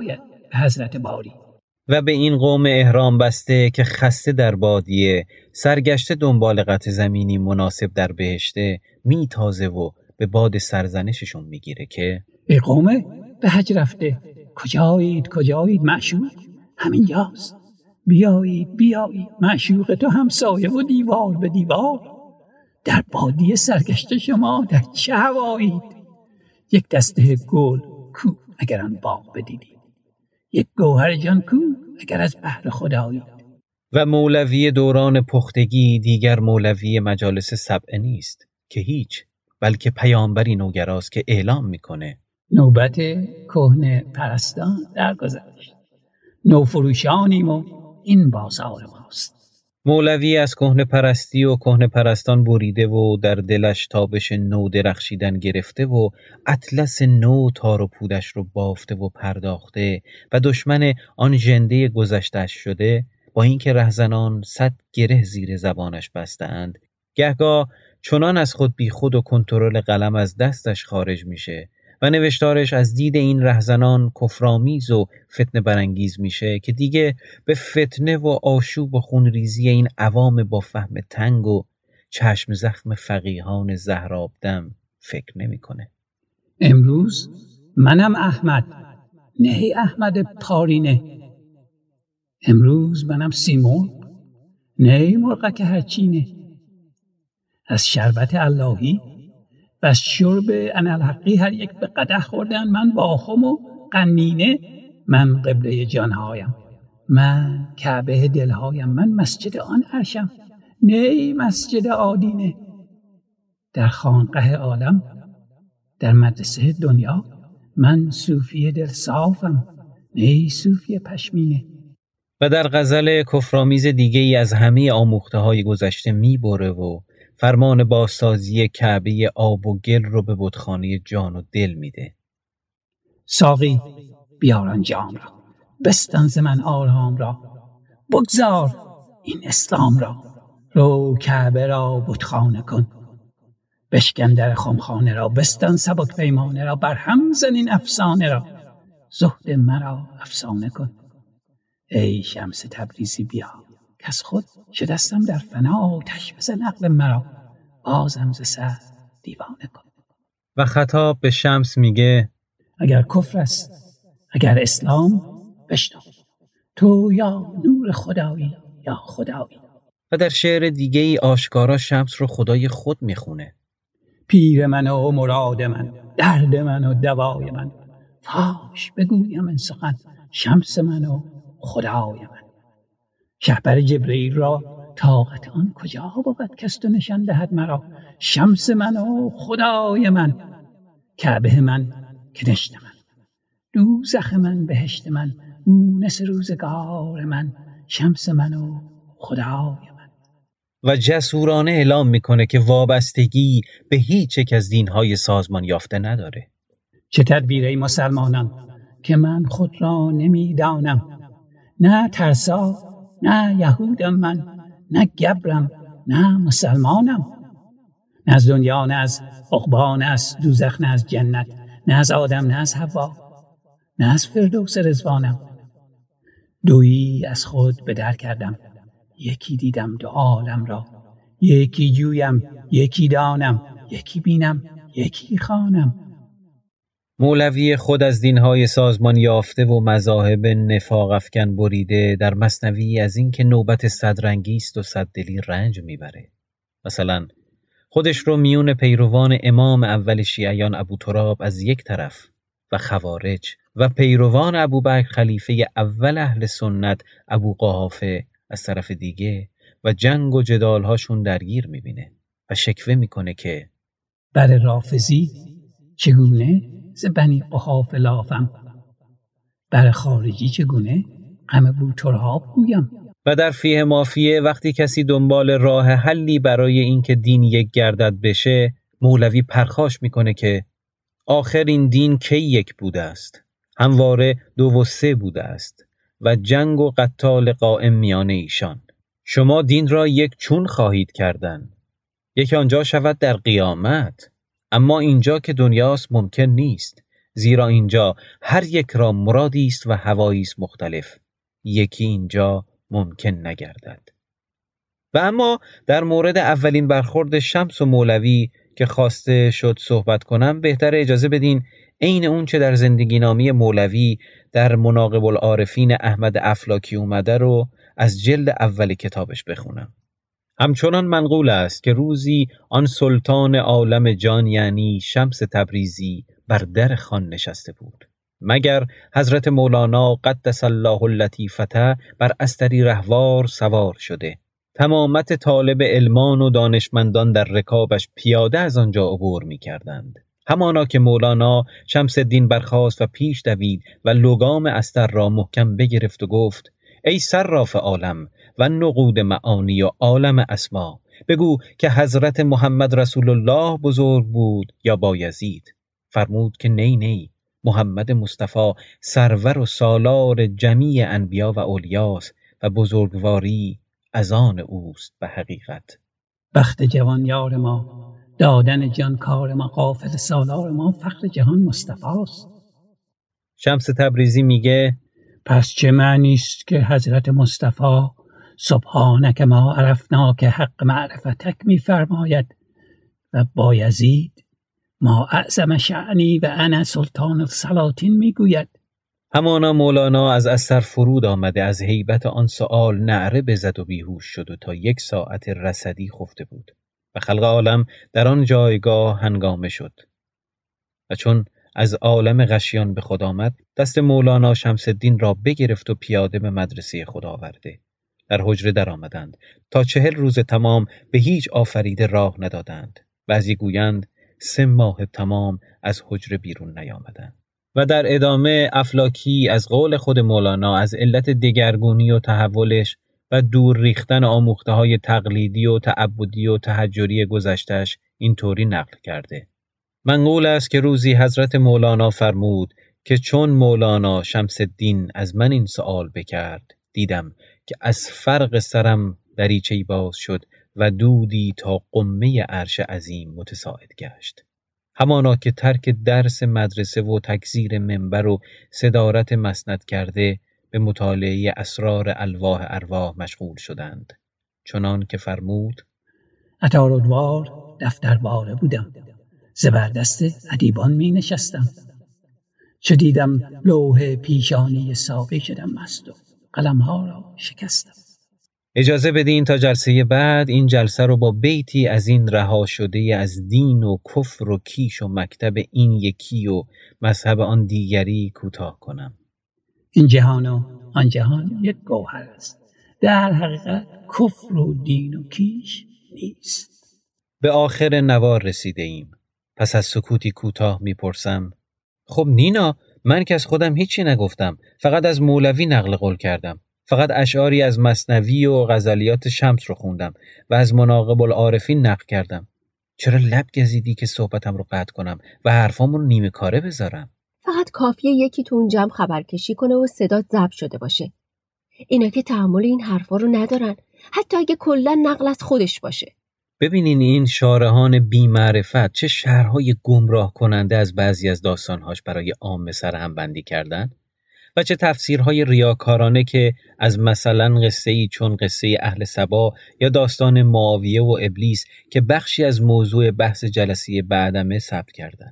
به حضرت باری. و به این قوم احرام بسته که خسته در بادیه، سرگشته دنبال قطع زمینی مناسب در بهشته، میتازه و به باد سرزنششون میگیره که ای قوم به حج رفته، کجایید کجایید؟ معشوق همینجاست، بیایید بیایید، معشوق تو همسایه و دیوار به دیوار. در بادیه سرگشته شما در چه هوایید؟ یک دسته گل کو اگر آن باغ بدیدید، یک گوهر جان کو اگر از بحر خدایید. و مولوی دوران پختگی دیگر مولوی مجالس سبعه نیست که هیچ، بلکه پیامبری نوگراست که اعلام میکنه نوبت کهنه پرستان درگذشت، نوفروشانیم و این بازار ماست. مولوی از کهنه پرستی و کهنه پرستان بریده و در دلش تابش نو درخشیدن گرفته و اطلس نو تار و پودش رو بافته و پرداخته و دشمن آن ژنده گذشته‌اش شده، با اینکه رهزنان صد گره زیر زبانش بستند، گهگاه چنان از خود بی خود و کنترل قلم از دستش خارج میشه و نوشتارش از دید این رهزنان کفرآمیز و فتنه برانگیز میشه که دیگه به فتنه و آشوب و خونریزی این عوام با فهم تنگ و چشم زخم فقیهان زهرآبدم فکر نمیکنه. امروز منم احمد، نه احمد پارینه. امروز منم سیمرغ، نه مرغک هرچینه. از شربت اللهی و از شرب انالحقی هر یک به قدح خوردن، من باخم و قنینه. من قبله جانهایم، من کعبه دلهایم، من مسجد آن عرشم، نه مسجد آدینه. در خانقه عالم، در مدرسه دنیا، من صوفی دل صافم، نه صوفی پشمینه. و در غزل کفرآمیز دیگه ای از همه آموخته های گذشته میبره و فرمان بازسازی کعبه آب و گل رو به بتخانه جان و دل میده. ساقی بیاران جام را، بستان ز من آرام را، بگذار این اسلام را، رو کعبه را بتخانه کن. بشکن در خمخانه را، بستان سبک پیمانه را، برهم زن این افسانه را، زهد مرا افسانه کن. ای شمس تبریزی بیا، کس خود شدستم در فنا، آتش بزن عقل مرا، بازم ز سر دیوانه کن. و خطاب به شمس میگه اگر کفر است، اگر اسلام، بشنو، تو یا نور خدایی یا خدایی. و در شعر دیگه ای آشکارا شمس رو خدای خود میخونه. پیر من و مراد من، درد من و دوای من، فاش بگویم این سخن، شمس من و خدای من. شهپر جبرئیل را طاقت آن کجا بود کس تو نشان دهد مرا، شمس من و خدای من. کعبه من کنشت من، دوزخ من بهشت من، مونس روزگار من، شمس من و خدای من. و جسورانه اعلام میکنه که وابستگی به هیچ یک از دینهای سازمان یافته نداره. چه تدبیر ای مسلمانان که من خود را نمیدانم، نه ترسا نه یهودم من، نه گبرم نه مسلمانم. نه از دنیا نه از عقبا، نه از دوزخ نه از جنت، نه از آدم نه از حوا، نه از فردوس رضوانم. دویی از خود به در کردم، یکی دیدم دو عالم را، یکی جویم یکی دانم، یکی بینم یکی خوانم. مولوی خود از دینهای سازمان یافته و مذاهب نفاق افکن بریده در مثنوی از این که نوبت صدرنگی است و صددلی رنج میبره. مثلا خودش رو میون پیروان امام اول شیعیان ابو تراب از یک طرف و خوارج و پیروان ابوبکر خلیفه اول اهل سنت ابو قحافه از طرف دیگه و جنگ و جدالهاشون درگیر میبینه و شکوه میکنه که بر رافضی چگونه ز بنی قحافه لافم، بر خارجی چگونه غم ابو تراب گویم. و در فیه مافیه وقتی کسی دنبال راه حلی برای اینکه دین یک گردد بشه، مولوی پرخاش میکنه که آخر این دین کی یک بوده است، همواره دو و سه بوده است و جنگ و قتال قائم میان ایشان. شما دین را یک چون خواهید کردن، یک آنجا شود در قیامت، اما اینجا که دنیاست ممکن نیست، زیرا اینجا هر یک را مرادی است و هوایی است مختلف، یکی اینجا ممکن نگردد. و اما در مورد اولین برخورد شمس و مولوی که خواسته شد صحبت کنم، بهتر اجازه بدین عین اون چه در زندگی نامی مولوی در مناقب العارفین احمد افلاکی اومده رو از جلد اول کتابش بخونم. همچنان منقول است که روزی آن سلطان عالم جان یعنی شمس تبریزی بر در خان نشسته بود، مگر حضرت مولانا قدس الله اللطیفته بر استری رهوار سوار شده. تمامت طالب علمان و دانشمندان در رکابش پیاده از آنجا عبور می کردند. همانا که مولانا شمس الدین برخاست و پیش دوید و لگام استر را محکم بگرفت و گفت: ای صراف عالم و نقود معانی و عالم اسما، بگو که حضرت محمد رسول الله بزرگ بود یا بایزید؟ فرمود که نی نی، محمد مصطفی سرور و سالار جمیع انبیا و اولیاست و بزرگواری از آن اوست به حقیقت. بخت جوان یار ما، دادن جان کار ما، غافل سالار ما، فخر جهان مصطفاست. شمس تبریزی میگه پس چه معنی است که حضرت مصطفی سبحانک ما عرفنا که حق معرفتک میفرماید و بایزید ما اعظم شعنی و انا سلطان السلاطین میگوید؟ همانا مولانا از استر فرود آمده، از هیبت آن سؤال نعره بزد و بیهوش شد و تا یک ساعت رصدی خفته بود و خلق عالم در آن جایگاه هنگامه شد. و چون از عالم غشیان به خود آمد، دست مولانا شمس الدین را بگرفت و پیاده به مدرسه خود آورده. در حجره در آمدند تا چهل روز تمام به هیچ آفریده راه ندادند. بعضی گویند سه ماه تمام از حجره بیرون نیامدند. و در ادامه افلاکی از قول خود مولانا از علت دگرگونی و تحولش و دور ریختن آموخته های تقلیدی و تعبدی و تحجری گذشتش اینطوری نقل کرده: منقول است که روزی حضرت مولانا فرمود که چون مولانا شمس الدین از من این سؤال بکرد، دیدم که از فرق سرم دریچه‌ای باز شد و دودی تا قمه عرش عظیم متصاعد گشت. همانا که ترک درس مدرسه و تکثیر منبر و صدارت مسند کرده به مطالعه اسرار الواح ارواح مشغول شدند. چنان که فرمود: عطاردوار دفتر باره بودم، زبردست ادیبان می نشستم، چه دیدم لوح پیشانی سابق شدم مست و قلمها را شکستم. اجازه بدین تا جلسه بعد این جلسه رو با بیتی از این رها شده از دین و کفر و کیش و مکتب این یکی و مذهب آن دیگری کوتاه کنم. این جهان و آن جهان یک گوهر است، در حقیقت کفر و دین و کیش نیست. به آخر نوار رسیده ایم. پس از سکوتی کوتاه میپرسم: خب نینا، من که از خودم هیچی نگفتم، فقط از مولوی نقل قول کردم، فقط اشعاری از مثنوی و غزلیات شمس رو خوندم و از مناقب العارفین نقل کردم. چرا لب گزیدی که صحبتم رو قطع کنم و حرفامو رو نیمه کاره بذارم؟ فقط کافیه یکی تو اون جمع خبرکشی کنه و صدات ضبط شده باشه. اینا که تحمل این حرفا رو ندارن، حتی اگه کلا نقل از خودش باشه. ببینین این شارحان بی معرفت چه شرحهای گمراه کننده از بعضی از داستانهاش برای عامه سرهم بندی کردن و چه تفسیرهای ریاکارانه که از مثلا قصه‌ای چون قصه اهل سبا یا داستان معاویه و ابلیس که بخشی از موضوع بحث جلسه بعدمه ثبت کردن.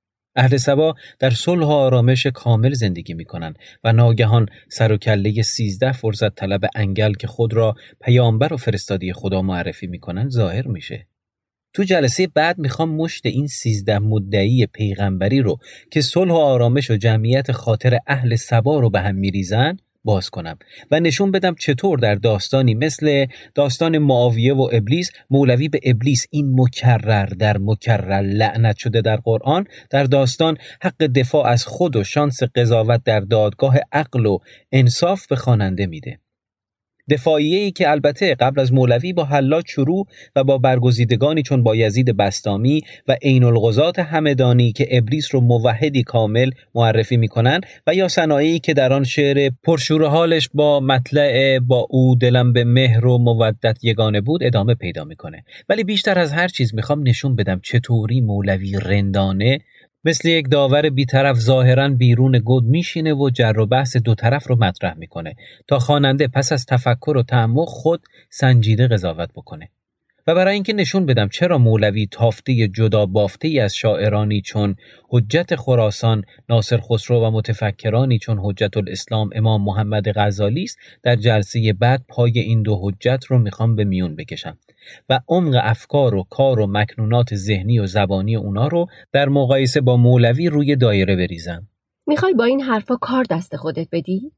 اهل سبا در صلح و آرامش کامل زندگی میکنن و ناگهان سر و کله سیزده فرصت طلب انگل که خود را پیامبر و فرستادی خدا معرفی میکنن ظاهر میشه. تو جلسه بعد میخوام مشت این سیزده مدعی پیغمبری رو که صلح و آرامش و جمعیت خاطر اهل سبا رو به هم میریزن باز کنم و نشون بدم چطور در داستانی مثل داستان معاویه و ابلیس، مولوی به ابلیس این مکرر در مکرر لعنت شده در قرآن، در داستان حق دفاع از خود و شانس قضاوت در دادگاه عقل و انصاف به خواننده میده. دفاعیه‌ای که البته قبل از مولوی با حلاج شروع و با برگزیدگانی چون بایزید بسطامی و عین الغزات همدانی که ابلیس رو موحدی کامل معرفی میکنن و یا صنایعی که در آن شعر پرشور حالش با مطلع با او دلم به مهر و مودت یگانه بود ادامه پیدا میکنه. ولی بیشتر از هر چیز میخوام نشون بدم چطوری مولوی رندانه مثل یک داور بی‌طرف ظاهراً بیرون گود میشینه و جر و بحث دو طرف رو مطرح میکنه تا خواننده پس از تفکر و تعمق خود سنجیده قضاوت بکنه. و برای اینکه نشون بدم چرا مولوی تافته جدا بافته ای از شاعرانی چون حجت خراسان ناصر خسرو و متفکرانی چون حجت الاسلام امام محمد غزالی است، در جلسه بعد پای این دو حجت رو میخوام به میون بکشم و عمق افکار و کار و مکنونات ذهنی و زبانی اونا رو در مقایسه با مولوی روی دایره بریزم. میخوای با این حرفا کار دست خودت بدی؟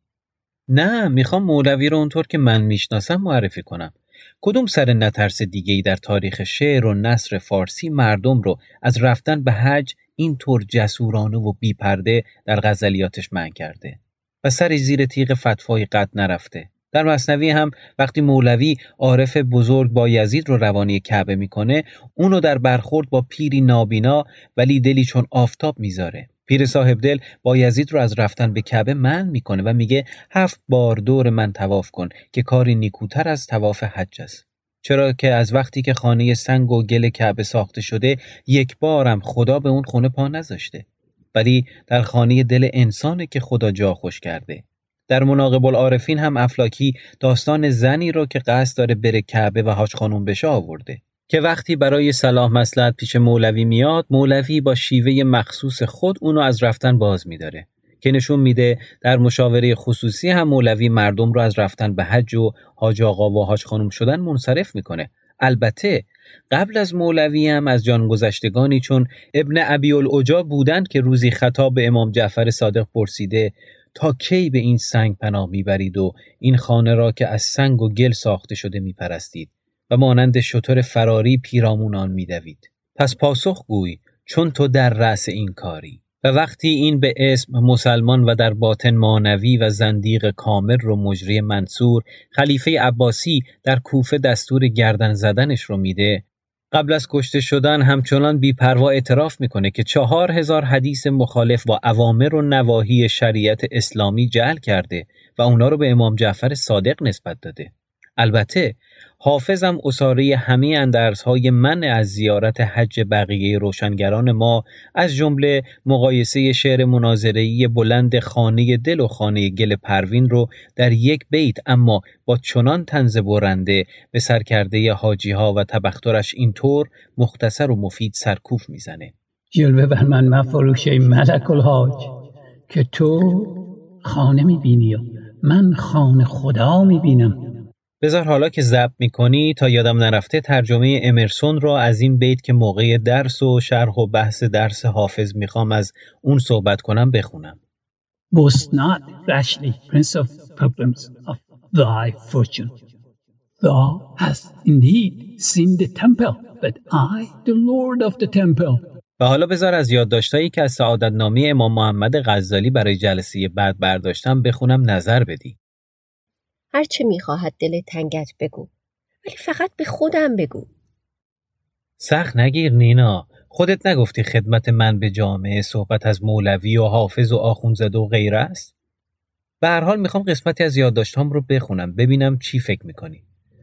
نه، میخوام مولوی رو اونطور که من میشناسم معرفی کنم. کدوم سر نترس دیگه‌ای در تاریخ شعر و نثر فارسی مردم رو از رفتن به حج اینطور جسورانه و بی‌پرده در غزلیاتش منع کرده و سر زیر تیغ فتوای قطع نرفته؟ در مثنوی هم وقتی مولوی عارف بزرگ بایزید رو روانی کعبه میکنه، اونو در برخورد با پیری نابینا ولی دلی چون آفتاب میذاره. پیر صاحب دل بایزید رو از رفتن به کعبه منع میکنه و میگه هفت بار دور من طواف کن که کاری نیکوتر از طواف حج است. چرا که از وقتی که خانه سنگ و گل کعبه ساخته شده یک بارم خدا به اون خونه پا نذاشته، ولی در خانه دل انسانه که خدا جا خوش کرده. در مناقب العارفین هم افلاکی داستان زنی رو که قصد داره بره کعبه و حاج خانوم بشه آورده که وقتی برای صلاح مصلحت پیش مولوی میاد، مولوی با شیوه مخصوص خود اونو از رفتن باز میداره که نشون میده در مشاوره خصوصی هم مولوی مردم رو از رفتن به حج و حاج آقا و حاج خانوم شدن منصرف میکنه. البته قبل از مولوی هم از جانگذشتگانی چون ابن ابی العجا بودند که روزی خطاب به امام جعفر صادق پرسیده تا کی به این سنگ پناه میبرید و این خانه را که از سنگ و گل ساخته شده میپرستید و مانند شتر فراری پیرامونان میدوید. پس پاسخ گوی چون تو در رأس این کاری. و وقتی این به اسم مسلمان و در باطن مانوی و زندیق کامل رو مجری منصور خلیفه عباسی در کوفه دستور گردن زدنش رو میده، قبل از کشته شدن همچنان بی‌پروا اعتراف میکنه که چهار هزار حدیث مخالف با اوامر و نواهی شریعت اسلامی جعل کرده و اونا رو به امام جعفر صادق نسبت داده. البته حافظم اساره همه اندرزهای منع از زیارت حج بقیه روشنگران ما از جمله مقایسه شعر مناظره‌ای بلند خانه دل و خانه گل پروین رو در یک بیت اما با چنان طنز برنده به سرکرده حاجی ها و تبخترش اینطور مختصر و مفید سرکوف میزنه. جلوه بر من مفروش ای ملک الحاج که تو خانه میبینی و من خانه خدا میبینم. بذار حالا که ضبط میکنی تا یادم نرفته ترجمه امرسون را از این بیت که موقع درس و شرح و بحث درس حافظ میخوام از اون صحبت کنم بخونم. Boast not rashly, prince of problems of thy fortune. Thou hast indeed seen the temple, but I, the Lord of the temple. و حالا بذار از یادداشتایی که از سعادتنامه امام محمد غزالی برای جلسه بعد برداشتم بخونم نظر بدی. هر چه میخواهد دل تنگت بگو، ولی فقط به خودم بگو. سخت نگیر نینا، خودت نگفتی خدمت من به جامعه صحبت از مولوی و حافظ و آخوندزاده و غیره است؟ به هر حال میخوام قسمتی از یادداشتام رو بخونم ببینم چی فکر میکنی.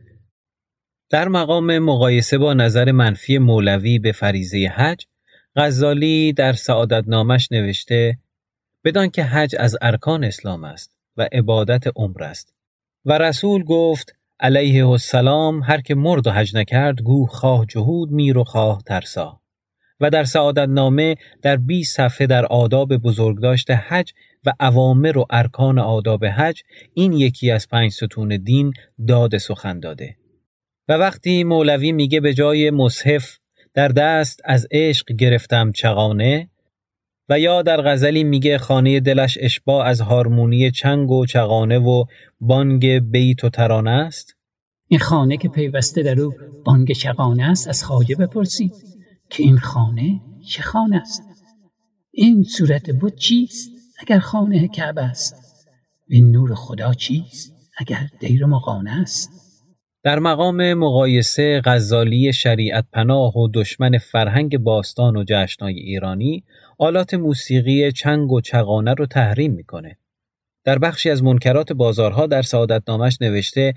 در مقام مقایسه با نظر منفی مولوی به فریضه حج، غزالی در سعادتنامش نوشته بدان که حج از ارکان اسلام است و عبادت عمر است و رسول گفت علیه السلام هر که مرد و حج نکرد گو خواه جهود میر و خواه ترسا. و در سعادتنامه در بیست صفحه در آداب بزرگداشت حج و اوامر و ارکان آداب حج این یکی از پنج ستون دین داد سخن داده. و وقتی مولوی میگه به جای مصحف در دست از عشق گرفتم چغانه، و یا در غزلی میگه خانه دلش اشباع از هارمونی چنگ و چغانه و بانگ بیت و ترانه است، این خانه که پیوسته در او بانگ چغانه است از خواجه بپرسید که این خانه چه خانه است؟ این صورت بود چیست اگر خانه کعبه است؟ این نور خدا چیست اگر دیر مغانه است؟ در مقام مقایسه غزالی شریعت پناه و دشمن فرهنگ باستان و جشن‌های ایرانی آلات موسیقی چنگ و چغانه رو تحریم میکنه. در بخشی از منکرات بازارها در سعادتنامش نوشته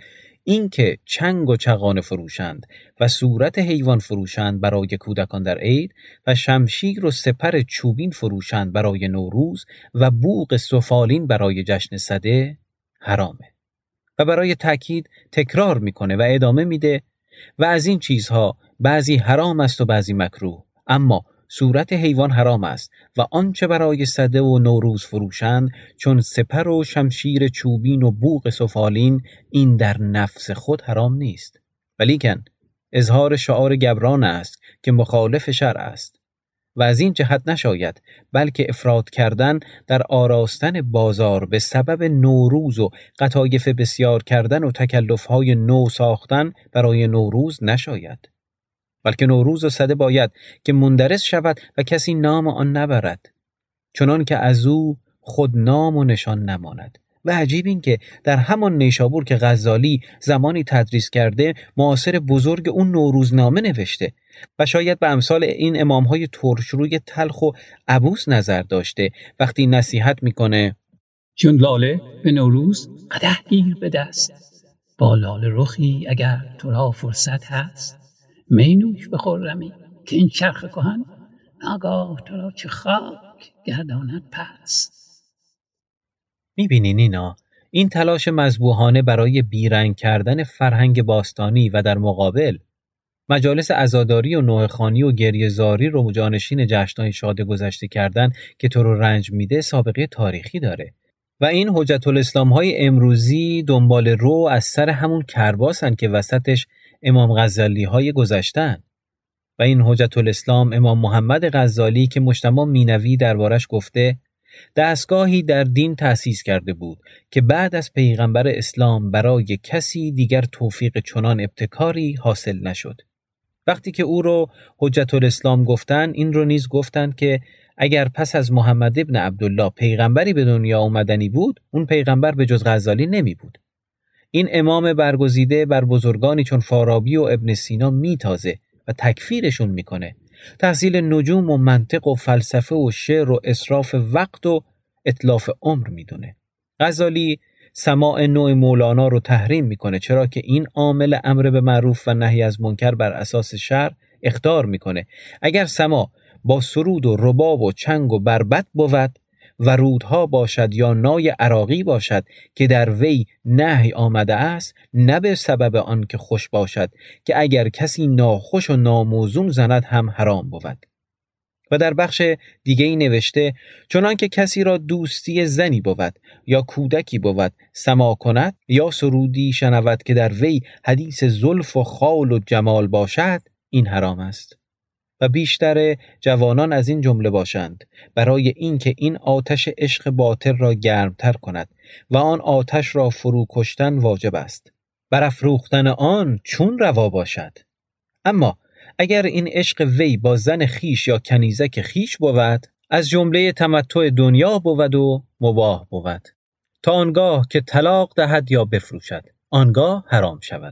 این که چنگ و چغانه فروشند و صورت حیوان فروشند برای کودکان در عید و شمشیر و سپر چوبین فروشند برای نوروز و بوق سفالین برای جشن سده حرامه. و برای تأکید تکرار میکنه و ادامه میده و از این چیزها بعضی حرام است و بعضی مکروه، اما صورت حیوان حرام است و آنچه برای سده و نوروز فروشند چون سپر و شمشیر چوبین و بوق سفالین این در نفس خود حرام نیست، ولیکن اظهار شعار گبران است که مخالف شرع است و از این جهت نشاید، بلکه افراط کردن در آراستن بازار به سبب نوروز و قطایف بسیار کردن و تکلفهای نو ساختن برای نوروز نشاید، بلکه نوروز و سده باید که مندرس شود و کسی نام آن نبرد، چنان که از او خود نام و نشان نماند. و عجیب این که در همان نیشابور که غزالی زمانی تدریس کرده، معاصر بزرگ اون نوروزنامه نوشته و شاید به امثال این امامهای ترشروی تلخ و عبوس نظر داشته وقتی نصیحت میکنه چون لاله به نوروز قدح گیر به دست، با لاله رخی اگر تو را فرصت هست، می نوش به خرمی که این چرخ کهن ناگاه تو را چه خاک گرداند پس. میبینین اینا، این تلاش مذبوحانه برای بیرنگ کردن فرهنگ باستانی و در مقابل مجالس عزاداری و نوحه‌خوانی و گریه‌زاری رو جانشین جشن‌های شاد گذشته کردن که تو رو رنج میده سابقه تاریخی داره و این حجت الاسلام های امروزی دنبال رو از سر همون کرباسن که وسطش امام غزالی های گذشتن و این حجت الاسلام امام محمد غزالی که مجتمع مینوی دربارش گفته دستگاهی در دین تأسیس کرده بود که بعد از پیغمبر اسلام برای کسی دیگر توفیق چنان ابتکاری حاصل نشد. وقتی که او رو حجت الاسلام گفتن، این رو نیز گفتن که اگر پس از محمد ابن عبدالله پیغمبری به دنیا اومدنی بود، اون پیغمبر به جز غزالی نمی بود. این امام برگزیده بر بزرگانی چون فارابی و ابن سینا میتازه و تکفیرشون میکنه. تحصیل نجوم و منطق و فلسفه و شعر و اسراف وقت و اتلاف عمر میدونه. غزالی سماع نوع مولانا رو تحریم میکنه، چرا که این عامل امر به معروف و نهی از منکر بر اساس شرع اخطار میکنه. اگر سماع با سرود و رباب و چنگ و بربط بود و رودها باشد یا نای عراقی باشد که در وی نهی آمده است، نه به سبب آن که خوش باشد که اگر کسی ناخوش و ناموزون زند هم حرام بود. و در بخش دیگه ای نوشته چنان که کسی را دوستی زنی بود یا کودکی بود سماع کند یا سرودی شنود که در وی حدیث زلف و خال و جمال باشد، این حرام است. و بیشتر جوانان از این جمله باشند، برای اینکه این آتش عشق باطل را گرمتر کند و آن آتش را فرو کشتن واجب است. برافروختن آن چون روا باشد. اما اگر این عشق وی با زن خیش یا کنیزک خیش بود، از جمله تمتع دنیا بود و مباح بود، تا آنگاه که طلاق دهد یا بفروشد، آنگاه حرام شود.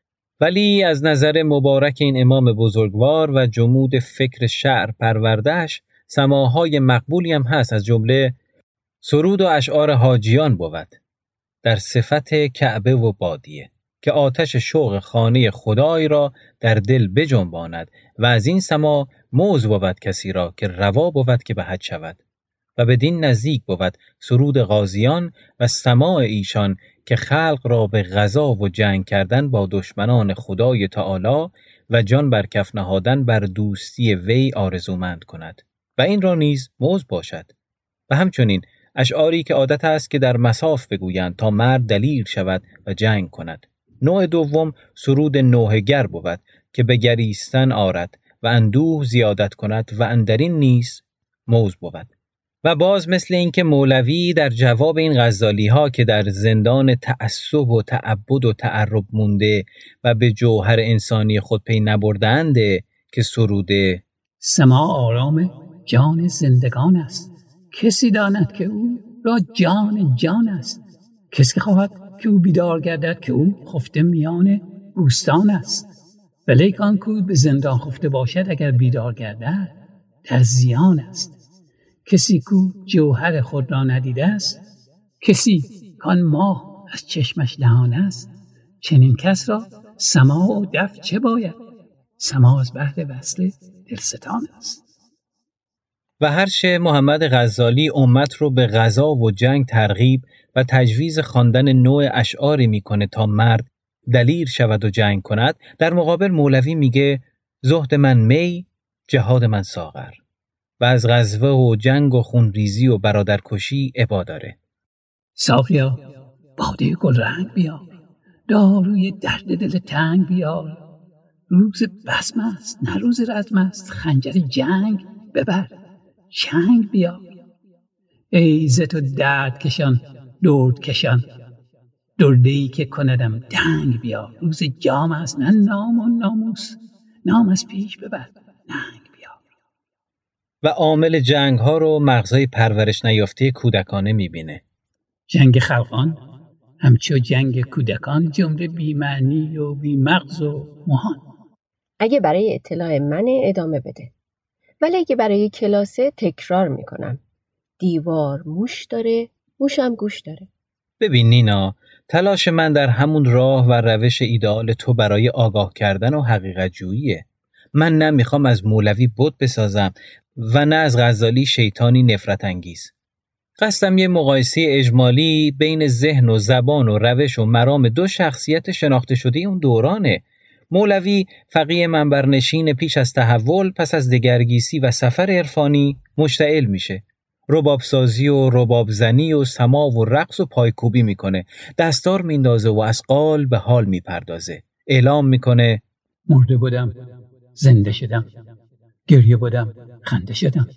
ولی از نظر مبارک این امام بزرگوار و جمود فکر شعر پروردهش سماعهای مقبولی هم هست، از جمله سرود و اشعار حاجیان بود در صفت کعبه و بادیه که آتش شوق خانه خدای را در دل بجنباند و از این سماع موز بود کسی را که روا بود که به حج شود و بدین نزدیک بود سرود غازیان و سماع ایشان که خلق را به غزا و جنگ کردن با دشمنان خدای تعالی و جان بر کف نهادن بر دوستی وی آرزومند کند و این را نیز موز باشد. و همچنین اشعاری که عادت است که در مصاف بگویند تا مرد دلیر شود و جنگ کند. نوع دوم سرود نوحه‌گر بود که به گریستن آرد و اندوه زیادت کند و اندرین نیز موز بود. و باز مثل اینکه مولوی در جواب این غزالی ها که در زندان تعصب و تعبد و تعرب مونده و به جوهر انسانی خود پی نبردند که سروده سماع آرام جان زندگان است، کسی داند که او را جان جان است، کسی که خواهد که او بیدار گردد که او خفته میان بوستان است، ولیک آن کو به زندان خفته باشد اگر بیدار گردد در زیان است. کسی کو جوهر خود را ندیده است، کسی کان ماه از چشمش نهان است، چنین کس را سما و دف چه باید؟ سما از بهر وصل دلستان است. و هرچه محمد غزالی امت رو به غزا و جنگ ترغیب و تجویز خواندن نوع اشعاری میکنه تا مرد دلیر شود و جنگ کند، در مقابل مولوی میگه زهد من می، جهاد من ساغر، و از غزوه و جنگ و خونریزی و برادرکشی ابا داره. ساقیا باده گل رنگ بیار، داروی درد دل تنگ بیار. روز بزم است نه روز رزم است، خنجر جنگ ببر چنگ بیار. ای ز تو درد کشان درد کشان، درده‌ای که کندم دنگ بیار. روز جام است نه نام و ناموس، نام از پیش ببر ننگ بیار. و عامل جنگ ها رو مغزای پرورش نیافته کودکانه میبینه. جنگ خلقان همچو جنگ کودکان، جمله بی‌معنی و بی‌مغز و مهان. اگه برای اطلاع من ادامه بده، ولی اگه برای کلاسه تکرار میکنم. دیوار موش داره، موشم گوش داره. ببین نینا، تلاش من در همون راه و روش ایدئال تو برای آگاه کردن و حقیقت جوییه. من نه میخوام از مولوی بت بسازم و نه از غزالی شیطانی نفرت انگیز. قصدم یه مقایسه اجمالی بین ذهن و زبان و روش و مرام دو شخصیت شناخته شده اون دورانه. مولوی فقیه منبرنشین پیش از تحول، پس از دگرگیسی و سفر عرفانی مشتعل میشه. ربابسازی و ربابزنی و سما و رقص و پایکوبی میکنه. دستار میندازه و از قال به حال میپردازه. اعلام میکنه مرده بودم زنده شدم، گریه بودم خنده شدم.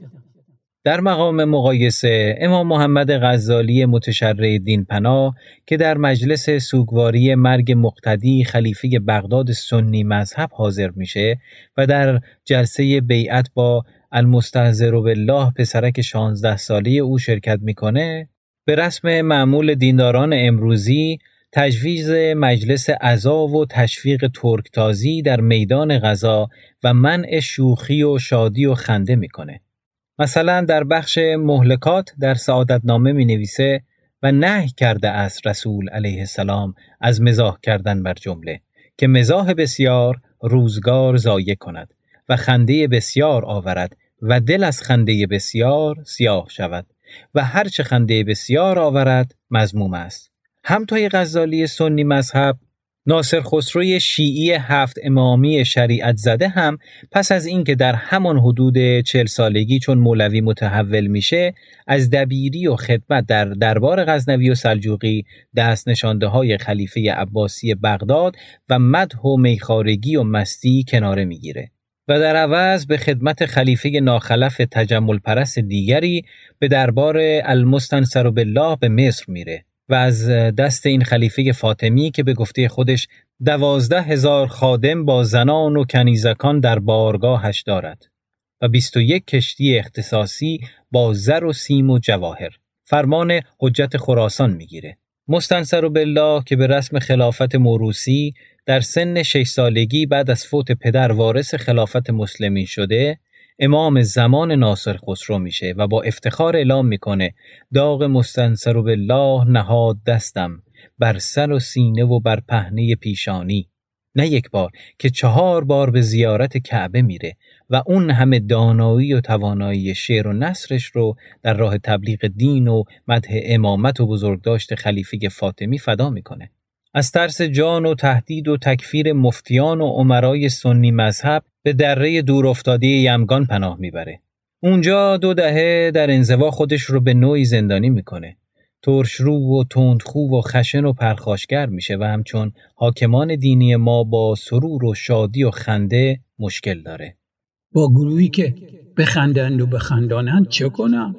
در مقام مقایسه امام محمد غزالی متشرع دین پناه که در مجلس سوگواری مرگ مقتدی خلیفه بغداد سنی مذهب حاضر میشه و در جلسه بیعت با المستهزر بالله پسرک شانزده ساله او شرکت میکنه، به رسم معمول دینداران امروزی تجویز مجلس عزا و تشویق ترکتازی در میدان غزا و منع شوخی و شادی و خنده میکنه. مثلا در بخش مهلکات در سعادتنامه می نویسه و نهی کرده است رسول علیه السلام از مزاح کردن بر جمله که مزاح بسیار روزگار ضایع کند و خنده بسیار آورد و دل از خنده بسیار سیاه شود و هرچه خنده بسیار آورد مذموم است. همتای غزالی سنی مذهب ناصر خسروی شیعی هفت امامی شریعت زده هم پس از اینکه در همان حدود چهل سالگی چون مولوی متحول میشه، از دبیری و خدمت در دربار غزنوی و سلجوقی دست نشانده های خلیفه عباسی بغداد و مدح و میخارگی و مستی کناره میگیره و در عوض به خدمت خلیفه ناخلف تجمل پرست دیگری به دربار المستنصر بالله به مصر میره و از دست این خلیفه فاطمی که به گفته خودش دوازده هزار خادم با زنان و کنیزکان در بارگاهش دارد و بیست و یک کشتی اختصاصی با زر و سیم و جواهر، فرمان حجت خراسان میگیره. مستنصر بالله که به رسم خلافت موروثی در سن شش سالگی بعد از فوت پدر وارث خلافت مسلمین شده، امام زمان ناصر خسرو میشه و با افتخار اعلام میکنه داغ مستنصر بالله نهاد دستم بر سر و سینه و بر پهنه پیشانی. نه یک بار که چهار بار به زیارت کعبه میره و اون همه دانایی و توانایی شعر و نثرش رو در راه تبلیغ دین و مدح امامت و بزرگداشت خلیفه فاطمی فدا میکنه. از ترس جان و تهدید و تکفیر مفتیان و امرای سنی مذهب به دره دور افتاده یمگان پناه میبره. اونجا دو دهه در انزوا خودش رو به نوعی زندانی میکنه. ترشرو و تندخو و خشن و پرخاشگر میشه و همچون حاکمان دینی ما با سرور و شادی و خنده مشکل داره. با گروهی که بخندند و بخندانند چه کنم؟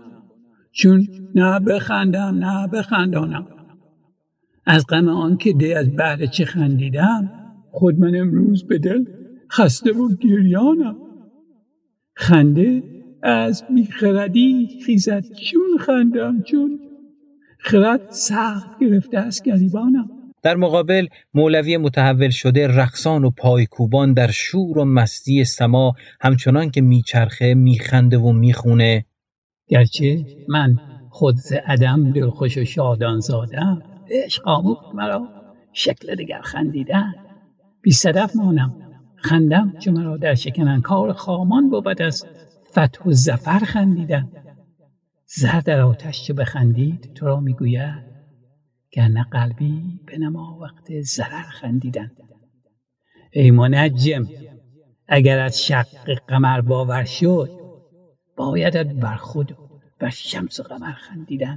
چون نه بخندم نه بخندانم. از غم آن که دی از بهر چه خندیدم، خود من امروز به دل خسته و گریانم. خنده از بیخردی خیزد چون خندم، چون خرد سخت گرفته از گریبانم. در مقابل مولوی متحول شده رقصان و پایکوبان در شور و مستی سما همچنان که میچرخه میخنده و میخونه گرچه من خود ز عدم دلخوش و شادان زادم، عشق آموخت مرا شکل دگر خندیدن. بی صدف مانم خندم چه مرا در شکنن کار خامان بود از فتح و ظفر خندیدن. زر در آتش چه بخندید تو را میگوید گرنه قلبی بنما وقت ضرر خندیدن. ای منجم اگر از شق قمر باور شد بایدت بر خود و شمس و قمر خندیدن.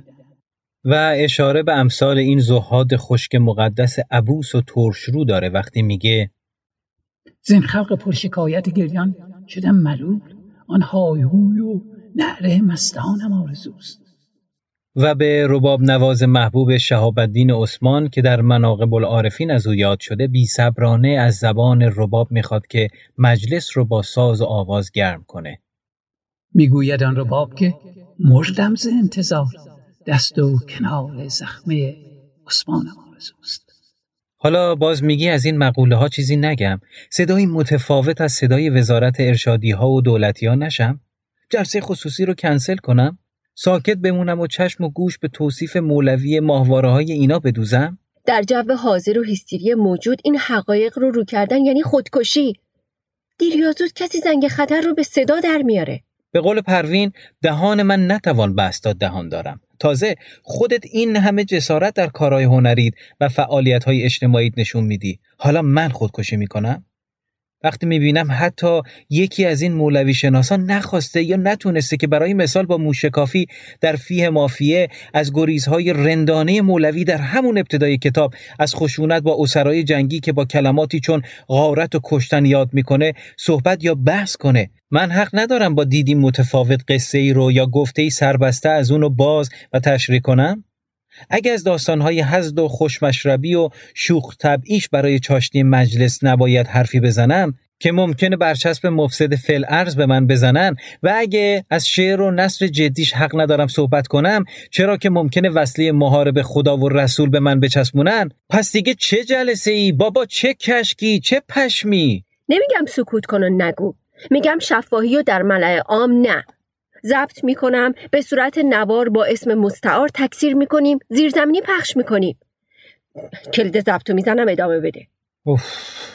و اشاره به امثال این زهاد خشک مقدس عبوس و ترشرو داره وقتی میگه زین خلق پرشکایت گریان شدم ملول، آن هایهوی و نعره مستانم آرزوست. و به رباب نواز محبوب شهاب الدین عثمان که در مناقب العارفین از او یاد شده بی صبرانه از زبان رباب میخواد که مجلس رو با ساز و آواز گرم کنه. میگوید آن رباب که مردم ز انتظار، دست و کنار زخمه عثمانم آرزوست. حالا باز میگی از این مقوله ها چیزی نگم، صدایی متفاوت از صدای وزارت ارشادی ها و دولتی ها نشم؟ جلسه خصوصی رو کنسل کنم؟ ساکت بمونم و چشم و گوش به توصیف مولوی ماهواره های اینا بدوزم؟ در جو حاضر و هیستری موجود این حقایق رو رو کردن یعنی خودکشی. دیر یا زود کسی زنگ خطر رو به صدا در میاره. به قول پروین دهان من نتوان بست تا دهان دارم. تازه خودت این همه جسارت در کارهای هنریت و فعالیت‌های اجتماعیت نشون میدی، حالا من خودکشی میکنم؟ وقتی میبینم حتی یکی از این مولوی شناسان نخواسته یا نتونسته که برای مثال با موشکافی در فیه مافیه از گریزهای رندانه مولوی در همون ابتدای کتاب از خشونت با اسرای جنگی که با کلماتی چون غارت و کشتن یاد میکنه صحبت یا بحث کنه، من حق ندارم با دیدی متفاوت قصه ای رو یا گفته ای سربسته از اونو باز و تشریح کنم؟ اگه از داستانهای حزد و خوشمشربی و شوخ طبعیش برای چاشنی مجلس نباید حرفی بزنم که ممکنه برچسب مفسد فل ارز به من بزنن، و اگه از شعر و نثر جدیش حق ندارم صحبت کنم چرا که ممکنه وصله محارب خدا و رسول به من بچسبونن، پس دیگه چه جلسه ای بابا، چه کشکی، چه پشمی؟ نمیگم سکوت کن و نگو، میگم شفاهی و در ملأ عام نه. ضبط میکنم، به صورت نوار با اسم مستعار تکثیر میکنیم، زیرزمینی پخش میکنیم. کلید ضبطو میزنم ادامه بده. اوف،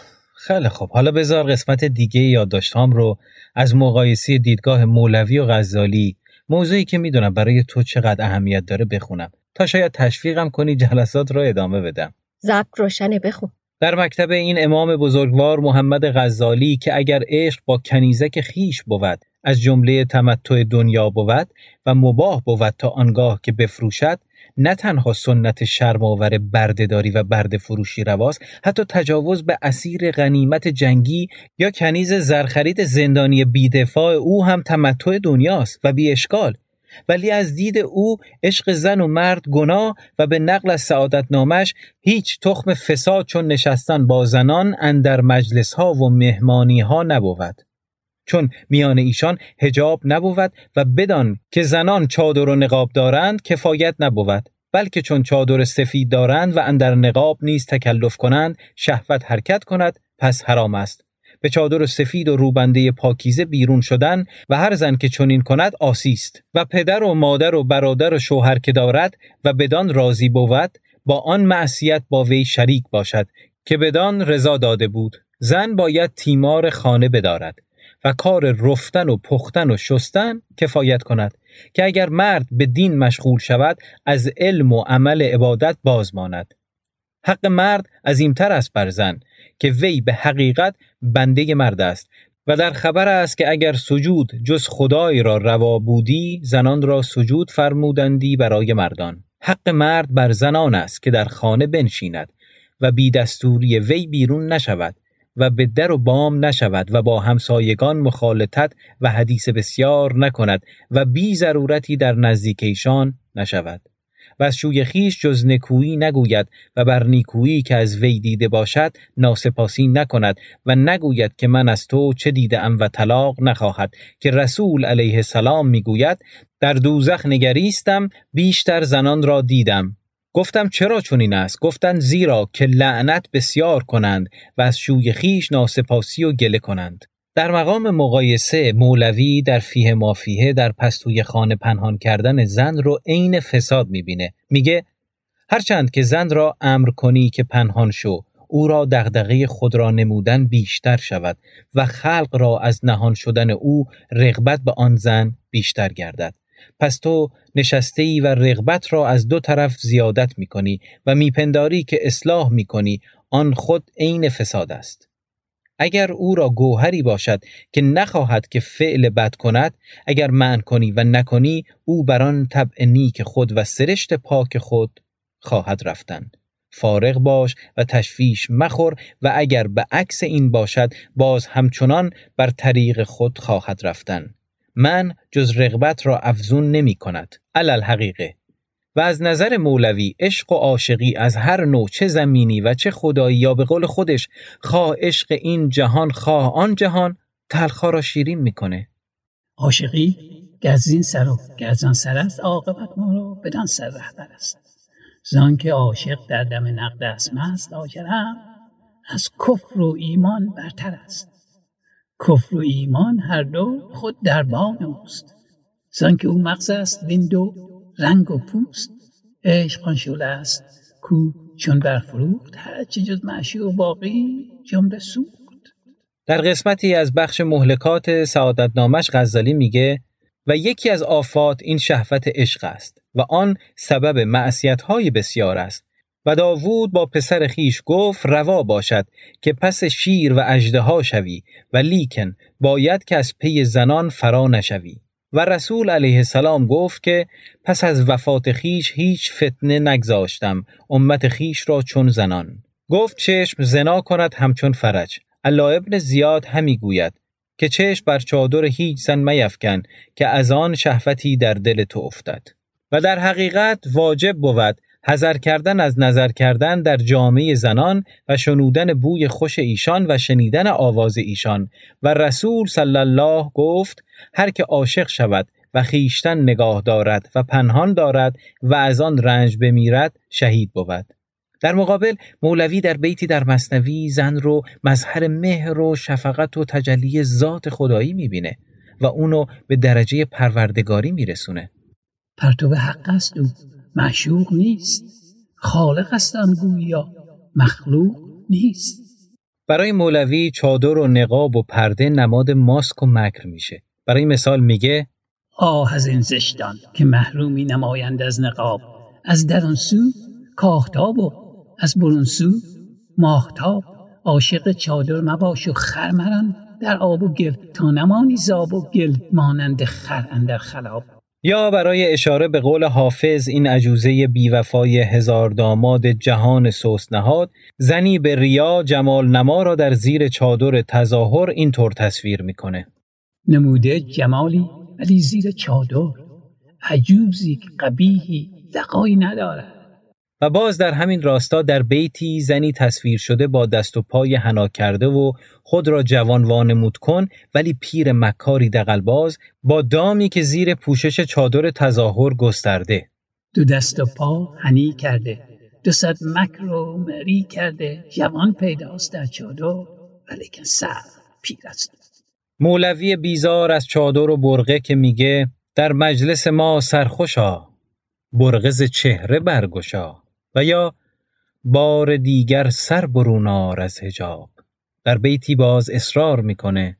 خیلی خوب. حالا بذار قسمت دیگه یادداشتام رو از مقایسه دیدگاه مولوی و غزالی، موضوعی که میدونم برای تو چقدر اهمیت داره، بخونم تا شاید تشویقم کنی جلسات رو ادامه بدم. ضبط روشنه، بخون. در مکتب این امام بزرگوار محمد غزالی که اگر عشق با کنیزک خیش بود از جمله تمتع دنیا بود و مباح بود تا آنگاه که بفروشد، نه تنها سنت شرم‌آور بردهداری و برده فروشی رواست، حتی تجاوز به اسیر غنیمت جنگی یا کنیز زرخرید زندانی بی‌دفاع او هم تمتع دنیاست و بی اشکال. ولی از دید او عشق زن و مرد گناه و به نقل از سعادت نامش هیچ تخم فساد چون نشستن با زنان اندر مجلس ها و مهمانی ها نبود، چون میان ایشان حجاب نبود و بدان که زنان چادر و نقاب دارند کفایت نبود، بلکه چون چادر سفید دارند و اندر نقاب نیز تکلف کنند شهوت حرکت کند پس حرام است. به چادر سفید و روبنده پاکیزه بیرون شدن و هر زن که چنین کند عاصی است و پدر و مادر و برادر و شوهر که دارد و بدان راضی بود با آن معصیت با وی شریک باشد که بدان رضا داده بود. زن باید تیمار خانه بدارد و کار رفتن و پختن و شستن کفایت کند که اگر مرد به دین مشغول شود از علم و عمل عبادت باز ماند. حق مرد عظیمتر است بر زن که وی به حقیقت بنده مرد است و در خبر است که اگر سجود جز خدای را روا بودی زنان را سجود فرمودندی برای مردان. حق مرد بر زنان است که در خانه بنشیند و بی دستوری وی بیرون نشود و به در و بام نشود و با همسایگان مخالطت و حدیث بسیار نکند و بی ضرورتی در نزدیک ایشان نشود و از شوی خیش جز نکویی نگوید و بر نیکویی که از وی دیده باشد ناسپاسی نکند و نگوید که من از تو چه دیدم و طلاق نخواهد، که رسول علیه السلام میگوید در دوزخ نگریستم بیشتر زنان را دیدم. گفتم چرا چنین است؟ گفتند زیرا که لعنت بسیار کنند و از شوی خیش ناسپاسی و گله کنند. در مقام مقایسه مولوی در فیه مافیه در پستوی خانه پنهان کردن زن رو عین فساد میبینه. میگه هرچند که زن را امر کنی که پنهان شو، او را دغدغه خود را نمودن بیشتر شود و خلق را از نهان شدن او رغبت به آن زن بیشتر گردد. پس تو نشسته‌ای و رغبت را از دو طرف زیادت می کنی و میپنداری که اصلاح می کنی، آن خود عین فساد است. اگر او را گوهری باشد که نخواهد که فعل بد کند، اگر منع کنی و نکنی، او بر آن طبع نیک خود و سرشت پاک خود خواهد رفتن. فارغ باش و تشویش مخور و اگر به عکس این باشد، باز همچنان بر طریق خود خواهد رفتن. من جز رغبت را افزون نمی کند علل حقیقه. و از نظر مولوی عشق و عاشقی از هر نوع، چه زمینی و چه خدایی، یا به قول خودش خواه عشق این جهان خواه آن جهان، تلخا را شیرین میکنه. عاشقی گزین سر و گرزان سر است، عاقبت ما را بدان سر رهبر است. زان که عاشق در دم نقد است مست، لاجرم از کفر و ایمان برتر است. کفر و ایمان هر دو خود در بان اوست، زان که او مغز است وین دو رنگ و پوست. عشق آن شعله است کو چون برفروخت، هر چه جز معشوق باقی جمله سوخت. در قسمتی از بخش مهلکات سعادتنامش غزالی میگه و یکی از آفات این شهوت عشق است و آن سبب معصیت‌های بسیار است. و داوود با پسر خیش گفت روا باشد که پس شیر و اژدها شوی، و لیکن باید که از پی زنان فرا نشوی. و رسول علیه السلام گفت که پس از وفات خیش هیچ فتنه نگذاشتم امت خیش را چون زنان. گفت چشم زنا کند همچون فرج. علا ابن زیاد همی گوید که چشم بر چادر هیچ زن میفکن که از آن شهوتی در دل تو افتد. و در حقیقت واجب بود حذر کردن از نظر کردن در جامعه زنان و شنودن بوی خوش ایشان و شنیدن آواز ایشان. و رسول صلی الله گفت هر که عاشق شود و خیشتن نگاه دارد و پنهان دارد و از آن رنج بمیرد، شهید بود. در مقابل مولوی در بیتی در مثنوی زن رو مظهر مهر و شفقت و تجلی ذات خدایی میبینه و اونو به درجه پروردگاری میرسونه. پرتو حق است او، معشوق نیست. خالق است آن گویا، مخلوق نیست. برای مولوی چادر و نقاب و پرده نماد ماسک و مکر میشه. برای مثال میگه آه از این زشتان که محرومی نمایند از نقاب، از درون سو کاهتاب و از برون سو ماهتاب. عاشق چادر مباش و خر مران در آب و گل، تا نمانی زاب و گل مانند خر اندر خلاب. یا برای اشاره به قول حافظ این عجوزه بیوفای هزار داماد جهان سست نهاد، زنی به ریا جمال نما را در زیر چادر تظاهر اینطور تصویر میکنه: نموده جمالی ولی زیر چادر، عجوزی که قبیحی لقایی ندارد. و باز در همین راستا در بیتی زنی تصویر شده با دست و پای حنا کرده و خود را جوان وانمود کن ولی پیر مکاری دغلباز، با دامی که زیر پوشش چادر تظاهر گسترده. دو دست و پا حنی کرده، دو صد مکر و مری کرده، جوان پیداست در چادر ولیکن سر پیر است. مولوی بیزار از چادر و برقه که میگه در مجلس ما سرخوشا، برقز چهره برگشا. و یا بار دیگر سر برون آر از حجاب. در بیتی باز اصرار میکنه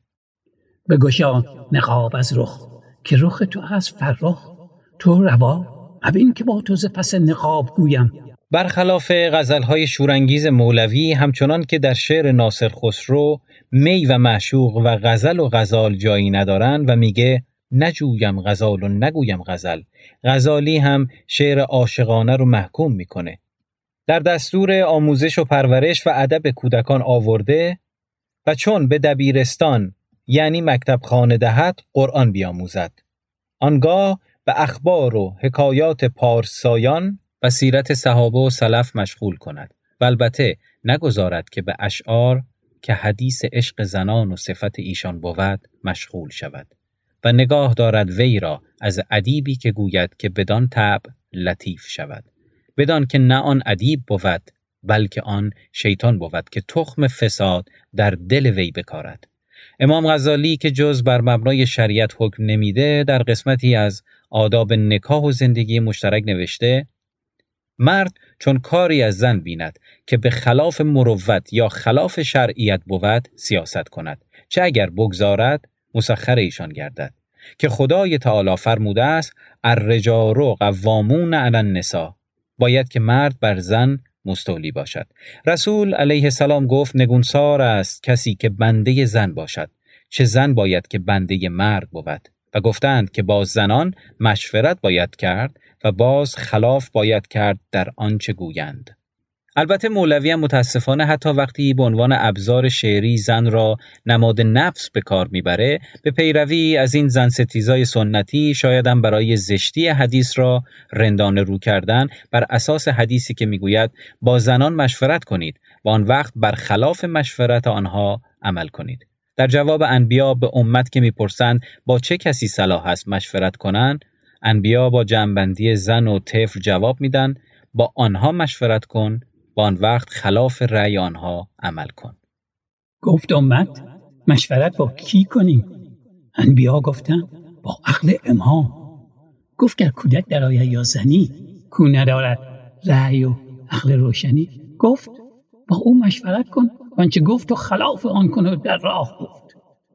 بگشا نقاب از رخ که رخ تو هست فرخ، تو روا مبین که با تو ز پس نقاب گویم. برخلاف غزلهای شورانگیز مولوی، همچنان که در شعر ناصر خسرو می و معشوق و غزل و غزال جایی ندارن و میگه نجویم غزال و نگویم غزل، غزالی هم شعر عاشقانه رو محکوم میکنه. در دستور آموزش و پرورش و ادب کودکان آورده و چون به دبیرستان یعنی مکتب خانه دهد قرآن بیاموزد، آنگاه به اخبار و حکایات پارسایان و سیرت صحابه و سلف مشغول کند و البته نگذارد که به اشعار که حدیث عشق زنان و صفت ایشان بود مشغول شود و نگاه دارد وی را از ادیبی که گوید که بدان طبع لطیف شود، بدان که نه آن ادیب بود بلکه آن شیطان بود که تخم فساد در دل وی بکارد. امام غزالی که جز بر مبنای شریعت حکم نمیده، در قسمتی از آداب نکاح و زندگی مشترک نوشته: مرد چون کاری از زن بیند که به خلاف مروت یا خلاف شرعیت بود سیاست کند، چه اگر بگذارد مسخر ایشان گردد، که خدای تعالی فرموده است الرجال قوامون علی النساء، باید که مرد بر زن مستولی باشد. رسول علیه السلام گفت نگونسار است کسی که بنده زن باشد، چه زن باید که بنده مرد بود. و گفتند که باز زنان مشورت باید کرد و باز خلاف باید کرد در آنچه گویند. البته مولوی هم متاسفانه حتی وقتی به عنوان ابزار شعری زن را نماد نفس به کار میبره، به پیروی از این زن ستیزای سنتی شاید هم برای زشتی حدیث را رندانه رو کردن بر اساس حدیثی که میگوید با زنان مشورت کنید و آن وقت بر خلاف مشورت آنها عمل کنید. در جواب انبیا به امت که میپرسند با چه کسی صلاح است مشورت کنند، انبیا با جمع‌بندی زن و طفل جواب میدن با آنها مشورت کن، با آن وقت خلاف رأی آنها عمل کن. گفت امت مشورت با کی کنیم؟ انبیا گفتن با عقل امام. گفت گر کودک در آید یا زنی کو ندارد رأی و عقل روشنی، گفت با او مشورت کن و آنچه گفت و خلاف آن کن و در راه گفت.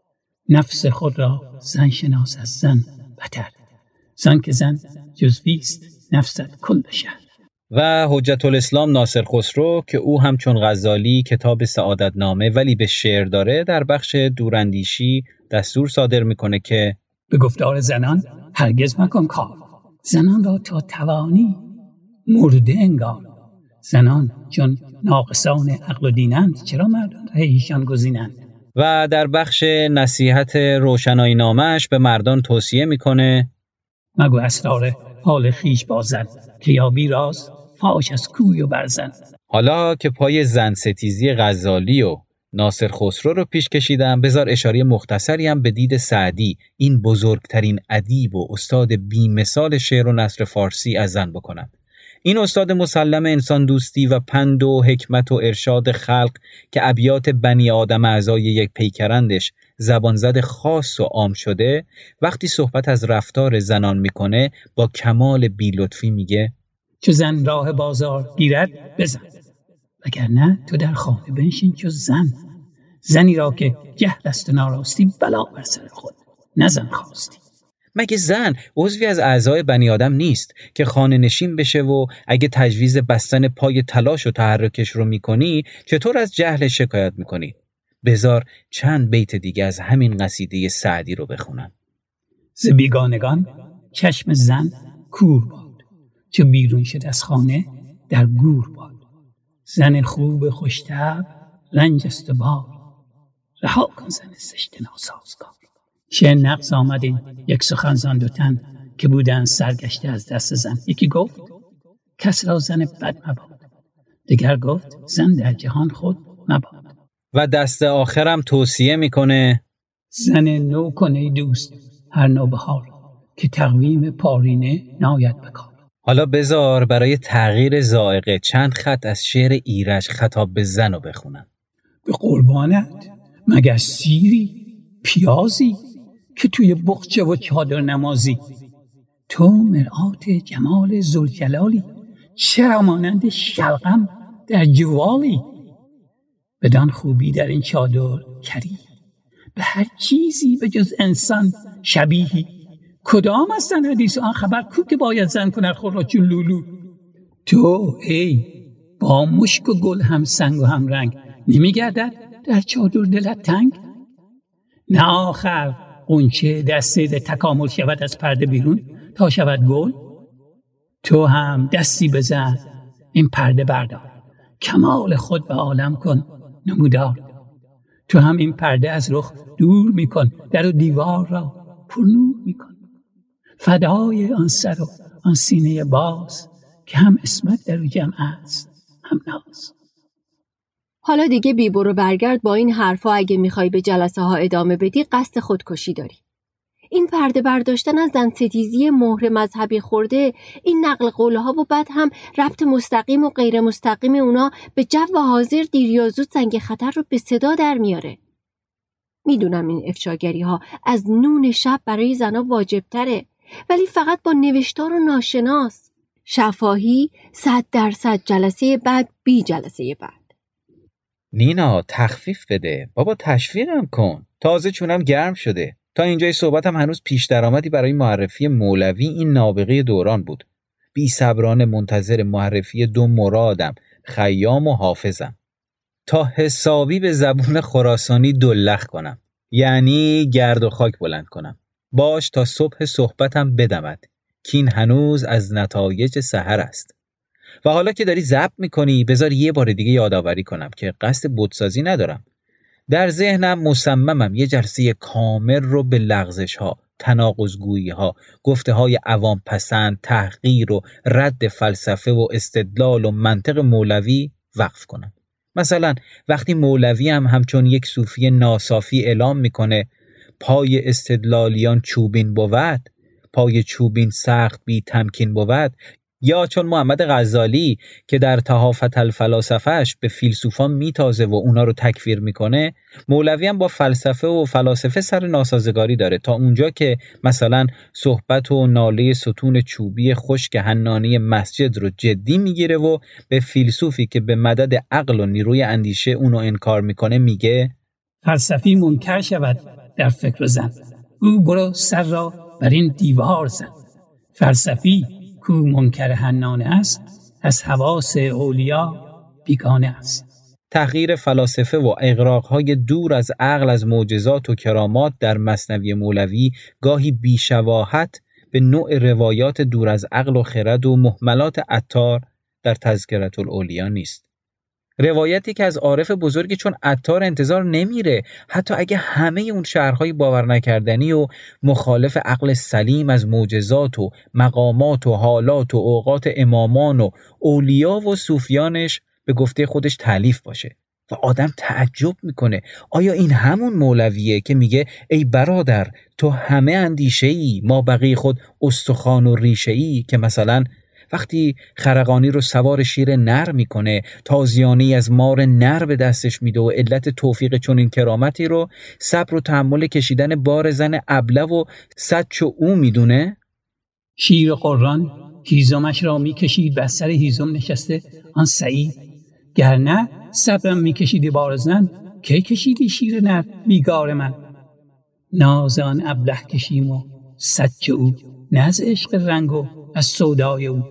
نفس خود را زن شناس از زن بتر، زن که زن جزویست نفست کل شهر. و حجت الاسلام ناصر خسرو که او هم چون غزالی کتاب سعادت نامه ولی به شعر داره، در بخش دوراندیشی دستور صادر میکنه که به گفتار زنان هرگز مکن کار، زنان را تا توانی مرده انگار. زنان چون ناقصان عقل و دینند، چرا مردان را ایشان گزینند. و در بخش نصیحت روشنایی نامش به مردان توصیه میکنه مگو اسرار حال خیش با زن، که یابی راز فاش از کوی و برزن. حالا که پای زن ستیزی غزالی و ناصر خسرو رو پیش کشیدم، بذار اشاره مختصری هم به دید سعدی، این بزرگترین ادیب و استاد بی‌مثال شعر و نثر فارسی از زن بکنم. این استاد مسلم انسان دوستی و پند و حکمت و ارشاد خلق که ابیات بنی آدم اعضای یک پیکرندش زبانزد خاص و عام شده، وقتی صحبت از رفتار زنان میکنه با کمال بی‌لطفی میگه چو زن راه بازار گیرد بزن، وگرنه تو در خانه بنشین چو زن. زنی را که جهل است و ناراستی، بلا بر سر خود نزن خواستی. مگه زن عضوی از اعضای بنی آدم نیست که خانه نشین بشه و اگه تجویز بستن پای تلاش و تحرکش رو میکنی چطور از جهل شکایت میکنی؟ بذار چند بیت دیگه از همین قصیده سعدی رو بخونم. ز بیگانگان چشم زن کور باد، چو بیرون شد از خانه در گور باد. زن خوب خوش‌طبع رنج است و بار، رها کن زن زشت ناسازگار. چه نقص آمد این یک سخن زان دو تن، که بودن سرگشته از دست زن. یکی گفت کس را زن بد مباد، دگر گفت زن در جهان خود مباد. و دست آخرم توصیه میکنه زن نو کنه دوست هر نوبهار، که تقویم پارینه ناید بکار. حالا بذار برای تغییر ذائقه چند خط از شعر ایرج خطاب به زن رو بخونم. به قربانت مگر سیری پیازی، که توی بخچه و چادر نمازی. تو مرآت جمال ذوالجلالی، چرا مانند شلغم در جوالی. بدان خوبی در این چادر کری، به هر چیزی به جز انسان شبیهی. کدام هستن حدیث آن خبر کو، که باید زن کند خود را چون لولو. تو ای با مشک و گل هم سنگ و هم رنگ، نمی گردد در چادر دلت تنگ. نه آخر غنچه در صید تکامل شود از پرده بیرون تا شود گل. تو هم دستی بزن این پرده بردار، کمال خود به عالم کن نمودار. تو هم این پرده از رخ دور میکن، در و دیوار را پرنور میکن. فدای آن سر و آن سینه باز، که هم اسمت در و جمع است هم ناز. حالا دیگه بی برو برگرد با این حرفا، اگه میخوای به جلسه ها ادامه بدی قصد خودکشی داری. این پرده برداشتن از زن ستیزی مهر مذهبی خورده، این نقل قولها و بعد هم ربط مستقیم و غیر مستقیم اونا به جو حاضر دیر یا زود زنگ خطر رو به صدا در میاره. میدونم این افشاگری ها از نون شب برای زنا واجب تره، ولی فقط با نوشتار و ناشناس. شفاهی صد درصد جلسه بعد بی جلسه بعد. نینا تخفیف بده بابا، تشویقم کن، تازه چونم گرم شده. تا اینجای صحبتم هنوز پیش درآمدی برای معرفی مولوی این نابغه دوران بود. بی صبرانه منتظر معرفی دو مرادم، خیام و حافظم، تا حسابی به زبون خراسانی دلخ کنم، یعنی گرد و خاک بلند کنم. باش تا صبح صحبتم بدمد، کین هنوز از نتایج سحر است. و حالا که داری ضبط میکنی بذار یه بار دیگه یادآوری کنم که قصد بتسازی ندارم. در ذهنم مصممم یه جلسه کامل رو به لغزش ها، تناقض‌گویی ها، گفته های عوام پسند، تحقیر و رد فلسفه و استدلال و منطق مولوی وقف کنم. مثلا وقتی مولوی هم همچون یک صوفی ناصافی اعلام میکنه پای استدلالیان چوبین بود، پای چوبین سخت بی تمکین بود، یا چون محمد غزالی که در تحافت الفلاسفهش به فیلسوفان میتازه و اونا رو تکفیر میکنه، مولوی هم با فلسفه و فلاسفه سر ناسازگاری داره، تا اونجا که مثلا صحبت و ناله ستون چوبی خشک حنانی مسجد رو جدی میگیره و به فیلسوفی که به مدد عقل و نیروی اندیشه اونو انکار میکنه میگه فلسفی منکر شود در فکر زن، او برو سر را بر این دیوار زن. فلسفی کو منکر حنانه است، از حواس اولیا بیگانه است. تحقیر فلاسفه و اغراق‌های دور از عقل از معجزات و کرامات در مثنوی مولوی گاهی بی‌شواهت به نوع روایات دور از عقل و خرد و مهملات عطار در تذکرة الاولیا نیست. روایتی که از عارف بزرگی چون عطار انتظار نمیره حتی اگه همه اون شرح‌های باور نکردنی و مخالف عقل سلیم از معجزات و مقامات و حالات و اوقات امامان و اولیا و صوفیانش به گفته خودش تالیف باشه و آدم تعجب میکنه آیا این همون مولویه که میگه ای برادر تو همه اندیشه‌ای ما بقی خود استخوان و ریشه‌ای، که مثلا وقتی خرقانی رو سوار شیر نر میکنه تازیانه‌ای از مار نر به دستش میده و علت توفیق چنین کرامتی رو صبر و تحمل کشیدن بار زن ابله و سچ و او میدونه؟ شیر قرآن هیزمش را میکشید و از سر هیزم نشسته آن سعید، گر نه صبرم میکشیدی بار زن، کی کشیدی شیر نر بیگار من. ناز آن ابله کشیم و سچ او، نه از عشق رنگ و از سودای او.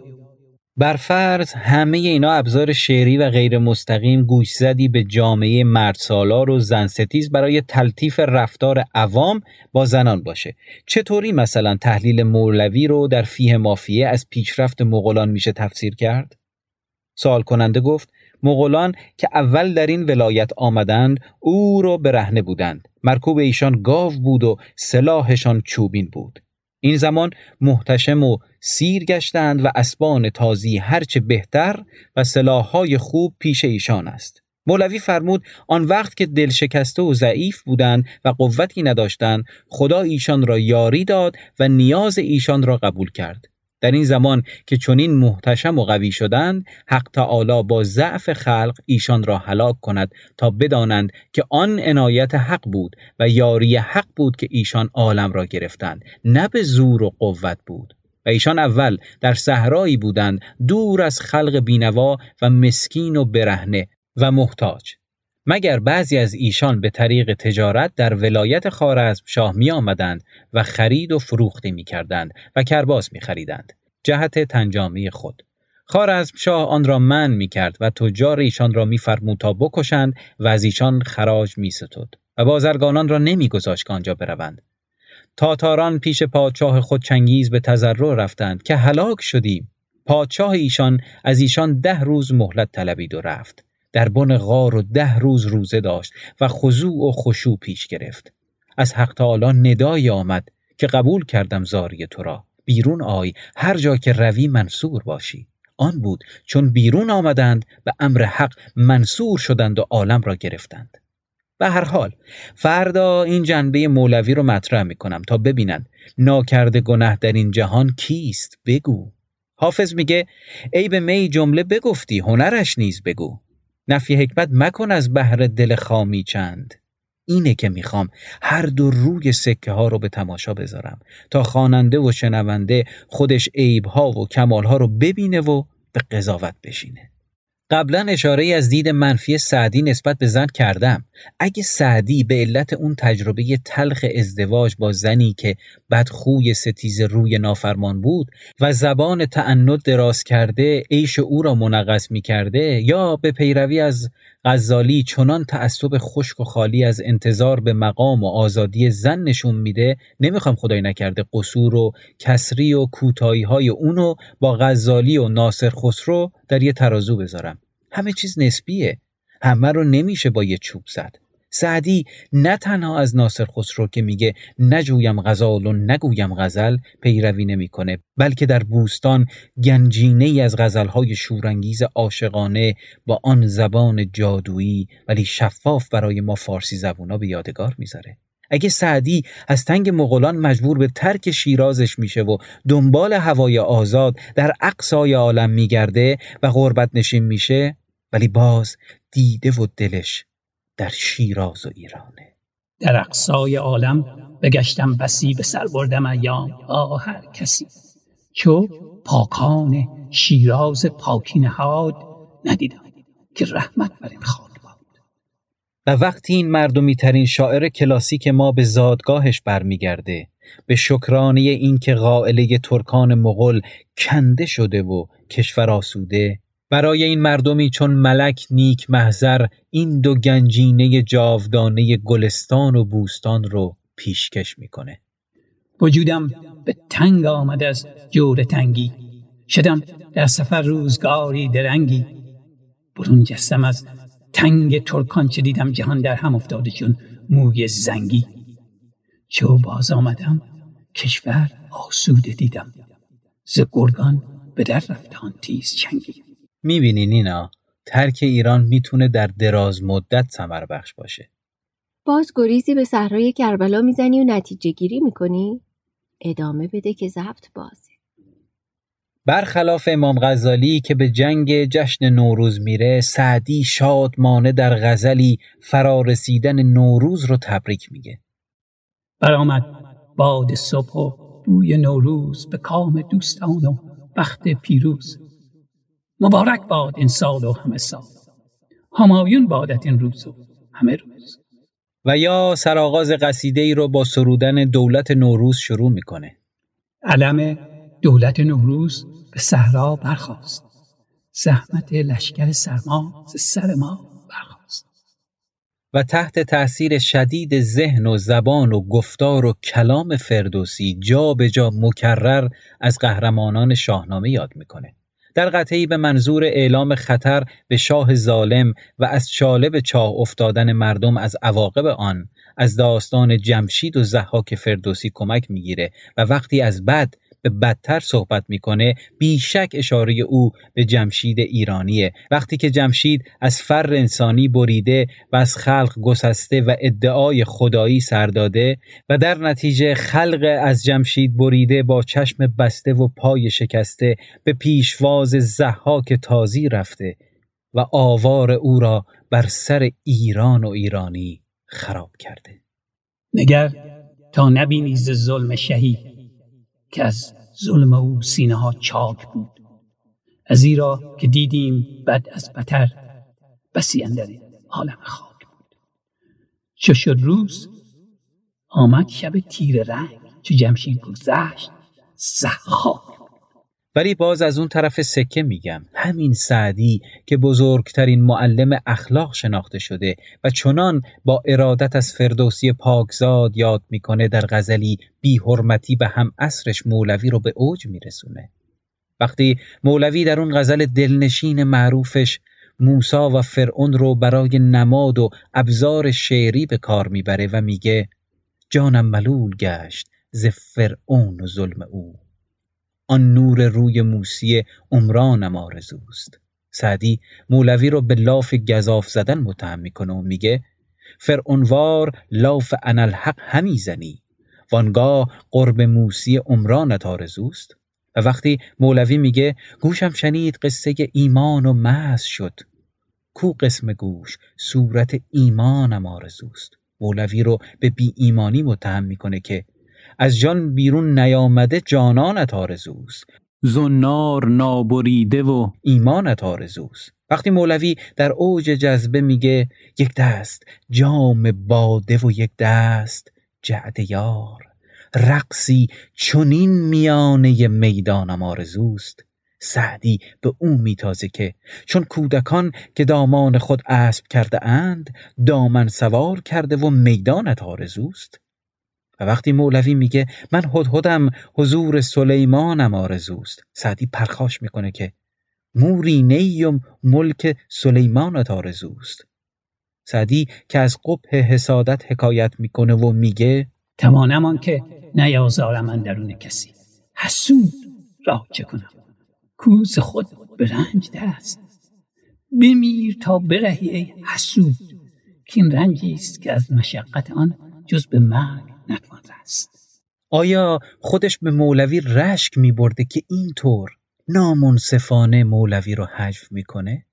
برفرض همه اینا ابزار شعری و غیر مستقیم گوشزدی به جامعه مردسالار و زنستیز برای تلطیف رفتار عوام با زنان باشه. چطوری مثلا تحلیل مولوی رو در فیه مافیه از پیشرفت مغولان میشه تفسیر کرد؟ سوال کننده گفت مغولان که اول در این ولایت آمدند او رو برهنه بودند، مرکوب ایشان گاو بود و سلاحشان چوبین بود. این زمان محتشم و سیر گشتند و اسبان تازی هرچه بهتر و سلاح‌های خوب پیش ایشان است. مولوی فرمود آن وقت که دل شکسته و ضعیف بودند و قوتی نداشتند، خدا ایشان را یاری داد و نیاز ایشان را قبول کرد. در این زمان که چنین محتشم و قوی شدند، حق تعالی با ضعف خلق ایشان را هلاک کند تا بدانند که آن عنایت حق بود و یاری حق بود که ایشان عالم را گرفتند، نه به زور و قوت بود. و ایشان اول در صحرایی بودند دور از خلق بینوا و مسکین و برهنه و محتاج، مگر بعضی از ایشان به طریق تجارت در ولایت خوارزمشاه می آمدند و خرید و فروخته می کردند و کرباس می خریدند جهت تنجامی خود. خوارزمشاه آن را منع می کرد و تجار ایشان را می فرمود تا بکشند و از ایشان خراج می ستد و بازرگانان را نمی گذاشت که آنجا بروند. تاتاران پیش پادشاه خود چنگیز به تضرع رفتند که هلاک شدیم. پادشاه ایشان از ایشان ده روز مهلت طلبید و رفت. در بن غار و ده روز روزه داشت و خضوع و خشوع پیش گرفت. از حق تعالی ندای آمد که قبول کردم زاری تو را، بیرون آی هر جا که روی منصور باشی. آن بود چون بیرون آمدند به امر حق منصور شدند و عالم را گرفتند. به هر حال فردا این جنبه مولوی رو مطرح میکنم تا ببینن ناکرده گناه در این جهان کیست بگو. حافظ میگه ای به می جمله بگفتی هنرش نیز بگو، نفی حکمت مکن از بحر دل خامی چند. اینه که میخوام هر دو روی سکه ها رو به تماشا بذارم تا خواننده و شنونده خودش عیب‌ها و کمال‌ها رو ببینه و به قضاوت بشینه. قبلا اشاره از دید منفی سعدی نسبت به زن کردم. اگه سعدی به علت اون تجربه تلخ ازدواج با زنی که بدخوی ستیز روی نافرمان بود و زبان تعنت دراز کرده عیش او را منغص می کرده، یا به پیروی از غزالی چنان تعصب خشک و خالی از انتظار به مقام و آزادی زن نشون میده، نمیخوام خدای نکرده قصور و کسری و کوتاهی های اونو با غزالی و ناصر خسرو در یه ترازو بذارم. همه چیز نسبیه. همه رو نمیشه با یه چوب زد. سعدی نه تنها از ناصر خسرو که میگه نجویم غزال و نگویم غزل پیروی نمیکنه، بلکه در بوستان گنجینه ای از غزلهای شورانگیز عاشقانه با آن زبان جادویی ولی شفاف برای ما فارسی زبونا به یادگار میذاره. اگه سعدی از تنگ مغولان مجبور به ترک شیرازش میشه و دنبال هوای آزاد در اقصای عالم میگرده و غربت نشین میشه، ولی باز دیده و دلش در شیراز و ایرانه. در اقصای عالم بگشتم بسی، به سر بردم ایام آه هر کسی، چو پاکان شیراز پاکی نهاد، ندیدم که رحمت بر این خاک باد. و وقتی این مردمی ترین شاعر کلاسیک ما به زادگاهش برمیگرده، به شکرانه این که قائله ترکان مغول کنده شده و کشور آسوده، برای این مردمی چون ملک نیک محضر این دو گنجینه جاودانه گلستان و بوستان رو پیشکش میکنه. وجودم به تنگ آمد از جور تنگی، شدم در سفر روزگاری درنگی. برون جستم از تنگ ترکان، چه دیدم جهان در هم افتاده چون موی زنگی. چو باز آمدم کشور آسوده دیدم، ز گرگان به در رفتان تیز چنگی. میبینین اینا ترک ایران میتونه در دراز مدت ثمر بخش باشه. باز گریزی به صحرای کربلا میزنی و نتیجه گیری میکنی؟ ادامه بده که ضبط بازه. برخلاف امام غزالی که به جنگ جشن نوروز میره، سعدی شادمانه در غزلی فرارسیدن نوروز رو تبریک میگه. برآمد باد صبح و بوی نوروز، به کام دوستان و بخت پیروز. مبارک باد این سال و همه سال، همایون بادت این روز و همه روز. و یا سرآغاز قصیده ای رو با سرودن دولت نوروز شروع میکنه. علم دولت نوروز به صحرا برخاست، زحمت لشکر سرما ز سر ما برخاست. و تحت تأثیر شدید ذهن و زبان و گفتار و کلام فردوسی جا به جا مکرر از قهرمانان شاهنامه یاد میکنه. در قطعی به منظور اعلام خطر به شاه ظالم و از چاله به چاه افتادن مردم از عواقب آن، از داستان جمشید و ضحاک فردوسی کمک میگیره و وقتی از بد به بدتر صحبت میکنه، بیشک اشاره او به جمشید ایرانیه. وقتی که جمشید از فر انسانی بریده و از خلق گسسته و ادعای خدایی سر داده و در نتیجه خلق از جمشید بریده با چشم بسته و پای شکسته به پیشواز ضحاک تازی رفته و آوار او را بر سر ایران و ایرانی خراب کرده. نگر تا نبینی ز ظلم شهی، که از ظلم او سینه ها چاک بود. از ایرا که دیدیم بد از بتر، بسی اندر عالم خاک بود. چو شد روز آمد شب تیره رنگ، چو جمشید بگذشت ضحاک. ولی باز از اون طرف سکه میگم، همین سعدی که بزرگترین معلم اخلاق شناخته شده و چنان با ارادت از فردوسی پاکزاد یاد میکنه، در غزلی بی حرمتی به هم عصرش مولوی رو به اوج میرسونه. وقتی مولوی در اون غزل دلنشین معروفش موسی و فرعون رو برای نماد و ابزار شعری به کار میبره و میگه جانم ملول گشت ز فرعون و ظلم او، آن نور روی موسی عمرانم آرزوست. سعدی مولوی رو به لاف گزاف زدن متهم میکنه و میگه فرعونوار لاف انالحق همی زنی، وانگاه قرب موسی عمرانت آرزوست. و وقتی مولوی میگه گوشم شنید قصه ایمان و مست شد، کو قسم گوش صورت ایمانم آرزوست. مولوی رو به بی ایمانی متهم میکنه که از جان بیرون نیامده جانانت آرزوست، زنار نابریده و ایمانت آرزوست. وقتی مولوی در اوج جذبه میگه یک دست جام باده و یک دست جعد یار، رقصی چنین میانه میدانم آرزوست، سعدی به او میتازه که چون کودکان که دامان خود اسب کرده اند، دامن سوار کرده و میدانت آرزوست. و وقتی مولوی میگه من هدهدم حضور سلیمانم آرزوست، سعدی پرخاش میکنه که موری نیم ملک سلیمانت آرزوست. سعدی که از قبح حسادت حکایت میکنه و میگه تمانم آن که نیازارم اندرون کسی، حسود را چه کنم کوز خود به رنج دست، بمیر تا برهی ای حسود، که این رنجی است که از مشقت آن جز به مرگ نتوان رست. آیا خودش به مولوی رشک میبرده که اینطور نامنصفانه مولوی رو حجو میکنه؟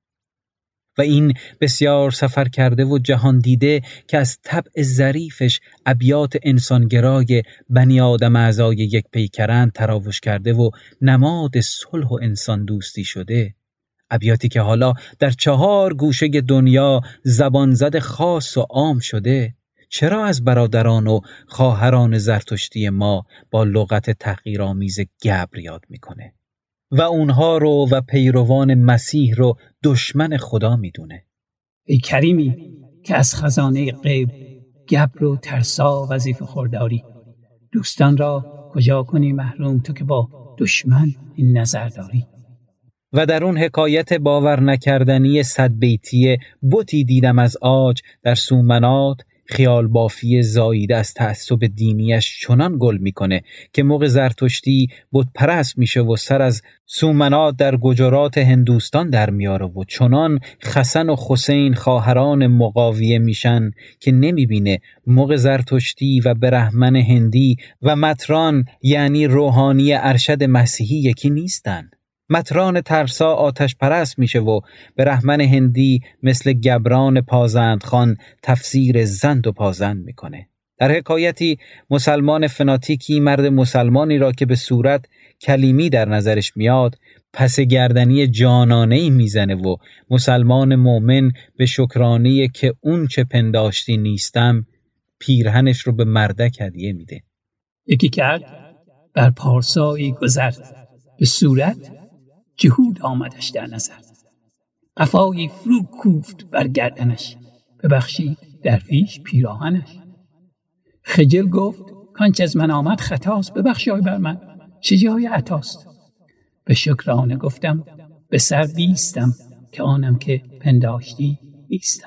و این بسیار سفر کرده و جهان دیده که از طبع ظریفش ابیات انسانگرای بنی آدم اعضای یک پیکرند تراوش کرده و نماد صلح و انسان دوستی شده، ابیاتی که حالا در چهار گوشه دنیا زبان زد خاص و عام شده، چرا از برادران و خواهران زرتشتی ما با لغت تحقیرآمیز گبر یاد میکنه و اونها رو و پیروان مسیح رو دشمن خدا میدونه؟ ای کریمی که از خزانه غیب گبر و ترسا وظیفه خورداری، دوستان را کجا کنی محروم تو که با دشمن این نظر داری؟ و در اون حکایت باور نکردنی صد بیتی بتی دیدم از عاج در سومنات، خیال بافی زاییده از تعصب دینیش چنان گل میکنه که موقع زرتشتی بت پرست میشه و سر از سومنات در گجرات هندوستان در میاره و چنان حسن و حسین خواهران مقاویه میشن که نمیبینه موقع زرتشتی و برهمن هندی و متران یعنی روحانی ارشد مسیحی یکی نیستن. متران ترسا آتش پرست میشه و برهمن هندی مثل گبران پازندخان تفسیر زند و پازند میکنه. در حکایتی مسلمان فناتیکی مرد مسلمانی را که به صورت کلیمی در نظرش میاد پس گردنی جانانه‌ای میزنه و مسلمان مؤمن به شکرانه که اون چه پنداشتی نیستم پیرهنش رو به مردک هدیه میده. یکی کرد بر پارسایی گذر، به صورت جهود آمدش در نظر، قفایی فرو کوفت بر گردنش، ببخشید درویش پیراهنش. خجل گفت کانچه از من آمد خطاست، ببخشای بر من چه جای عطاست. به شکرانه گفتم به سر بیستم، که آنم که پنداشتی نیستم.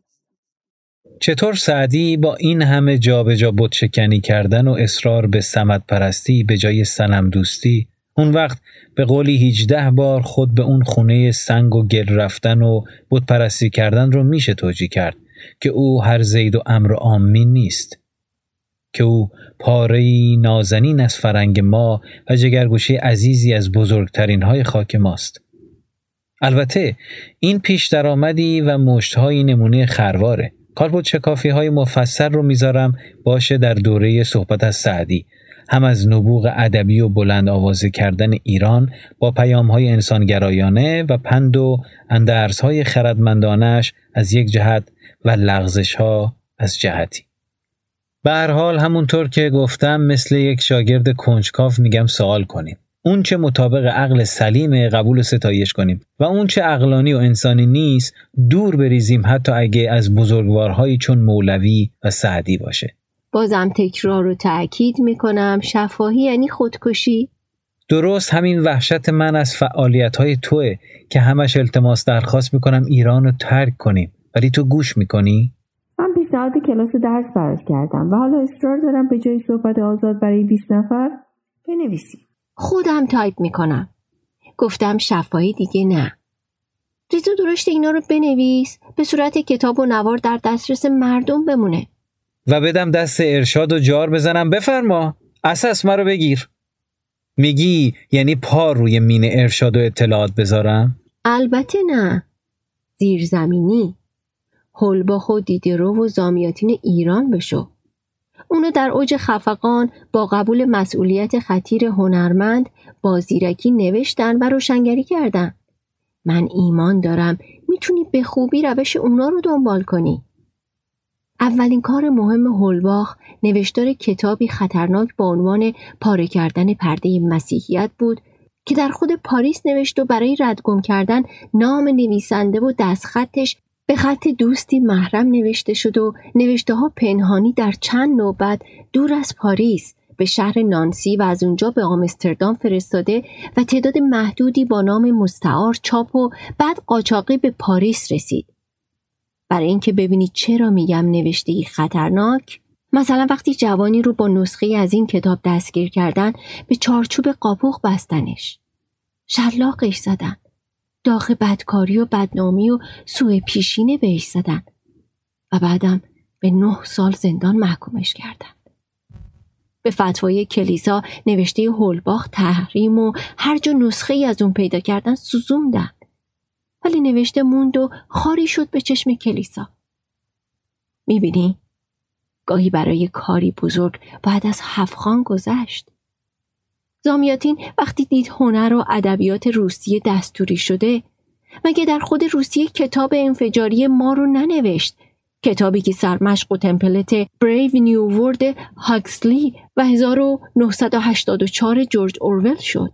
چطور سعدی با این همه جابجا بت شکنی کردن و اصرار به صمد پرستی به جای صنم دوستی، اون وقت به قولی هجده بار خود به اون خونه سنگ و گل رفتن و بت پرستی کردن رو میشه توجیه کرد که او هر زید و امر و آمین نیست، که او پاره‌ای نازنین از فرنگ ما و جگرگوشه عزیزی از بزرگترین های خاک ماست. البته این پیش درآمدی و مشت‌های نمونه خرواره. کاربرد شکافی های مفصل رو میذارم باشه در دوره صحبت از سعدی، هم از نبوغ ادبی و بلند آوازه کردن ایران با پیام‌های انسانگرایانه و پند و اندرس‌های خردمندانش از یک جهت و لغزش‌ها از جهتی. به هر حال همونطور که گفتم مثل یک شاگرد کنجکاو میگم سوال کنیم. اون چه مطابق عقل سلیم قبول ستایش کنیم و اون چه عقلانی و انسانی نیست دور بریزیم، حتی اگه از بزرگوارهایی چون مولوی و سعدی باشه. بازم تکرار و تأکید میکنم شفاهی یعنی خودکشی. درست همین وحشت من از فعالیت‌های توئه که همش التماس درخواست میکنم ایران رو ترک کنیم، ولی تو گوش میکنی؟ من پیشنهاد کلاس درس براش کردم و حالا اصرار دارم به جای صحبت آزاد برای بیست نفر بنویسی. خودم تایپ میکنم. گفتم شفاهی دیگه نه. ریزو درشت اینا رو بنویس به صورت کتاب و نوار در دسترس مردم بمونه. و بدم دست ارشاد و جار بزنم بفرما اساس ما رو بگیر. میگی یعنی پا روی مین ارشاد و اطلاعات بذارم؟ البته نه، زیرزمینی. هولباخ و دیدرو و زامیاتین ایران بشو. اونو در اوج خفقان با قبول مسئولیت خطیر هنرمند با زیرکی نوشتن و روشنگری کردن. من ایمان دارم میتونی به خوبی روش اونا رو دنبال کنی. اولین کار مهم هولباخ نوشتار کتابی خطرناک با عنوان پاره کردن پرده مسیحیت بود که در خود پاریس نوشت و برای ردگم کردن نام نویسنده و دستخطش به خط دوستی محرم نوشته شد و نوشته ها پنهانی در چند نوبت دور از پاریس به شهر نانسی و از اونجا به آمستردام فرستاده و تعداد محدودی با نام مستعار چاپ و بعد قاچاقی به پاریس رسید. برای اینکه ببینید چرا میگم نوشته‌ای خطرناک، مثلا وقتی جوانی رو با نسخه از این کتاب دستگیر کردن به چارچوب قاپوق بستنش. شلاقش زدن. داغ بدکاری و بدنامی و سوء پیشینه بهش زدن و بعدم به نه سال زندان محکومش کردن. به فتوای کلیسا نوشته هولباخ تحریم و هر جا نسخه ای از اون پیدا کردن سوزوندن. ولی نوشته موند و خاری شد به چشم کلیسا. میبینی؟ گاهی برای کاری بزرگ باید از هفخان گذشت. زامیاتین وقتی دید هنر و ادبیات روسیه دستوری شده، مگه در خود روسیه کتاب انفجاری ما رو ننوشت؟ کتابی که سرمشق و تمپلت بریو نیو ورد هاکسلی و هزار و نهصد و هشتاد و چهار جورج اورول شد.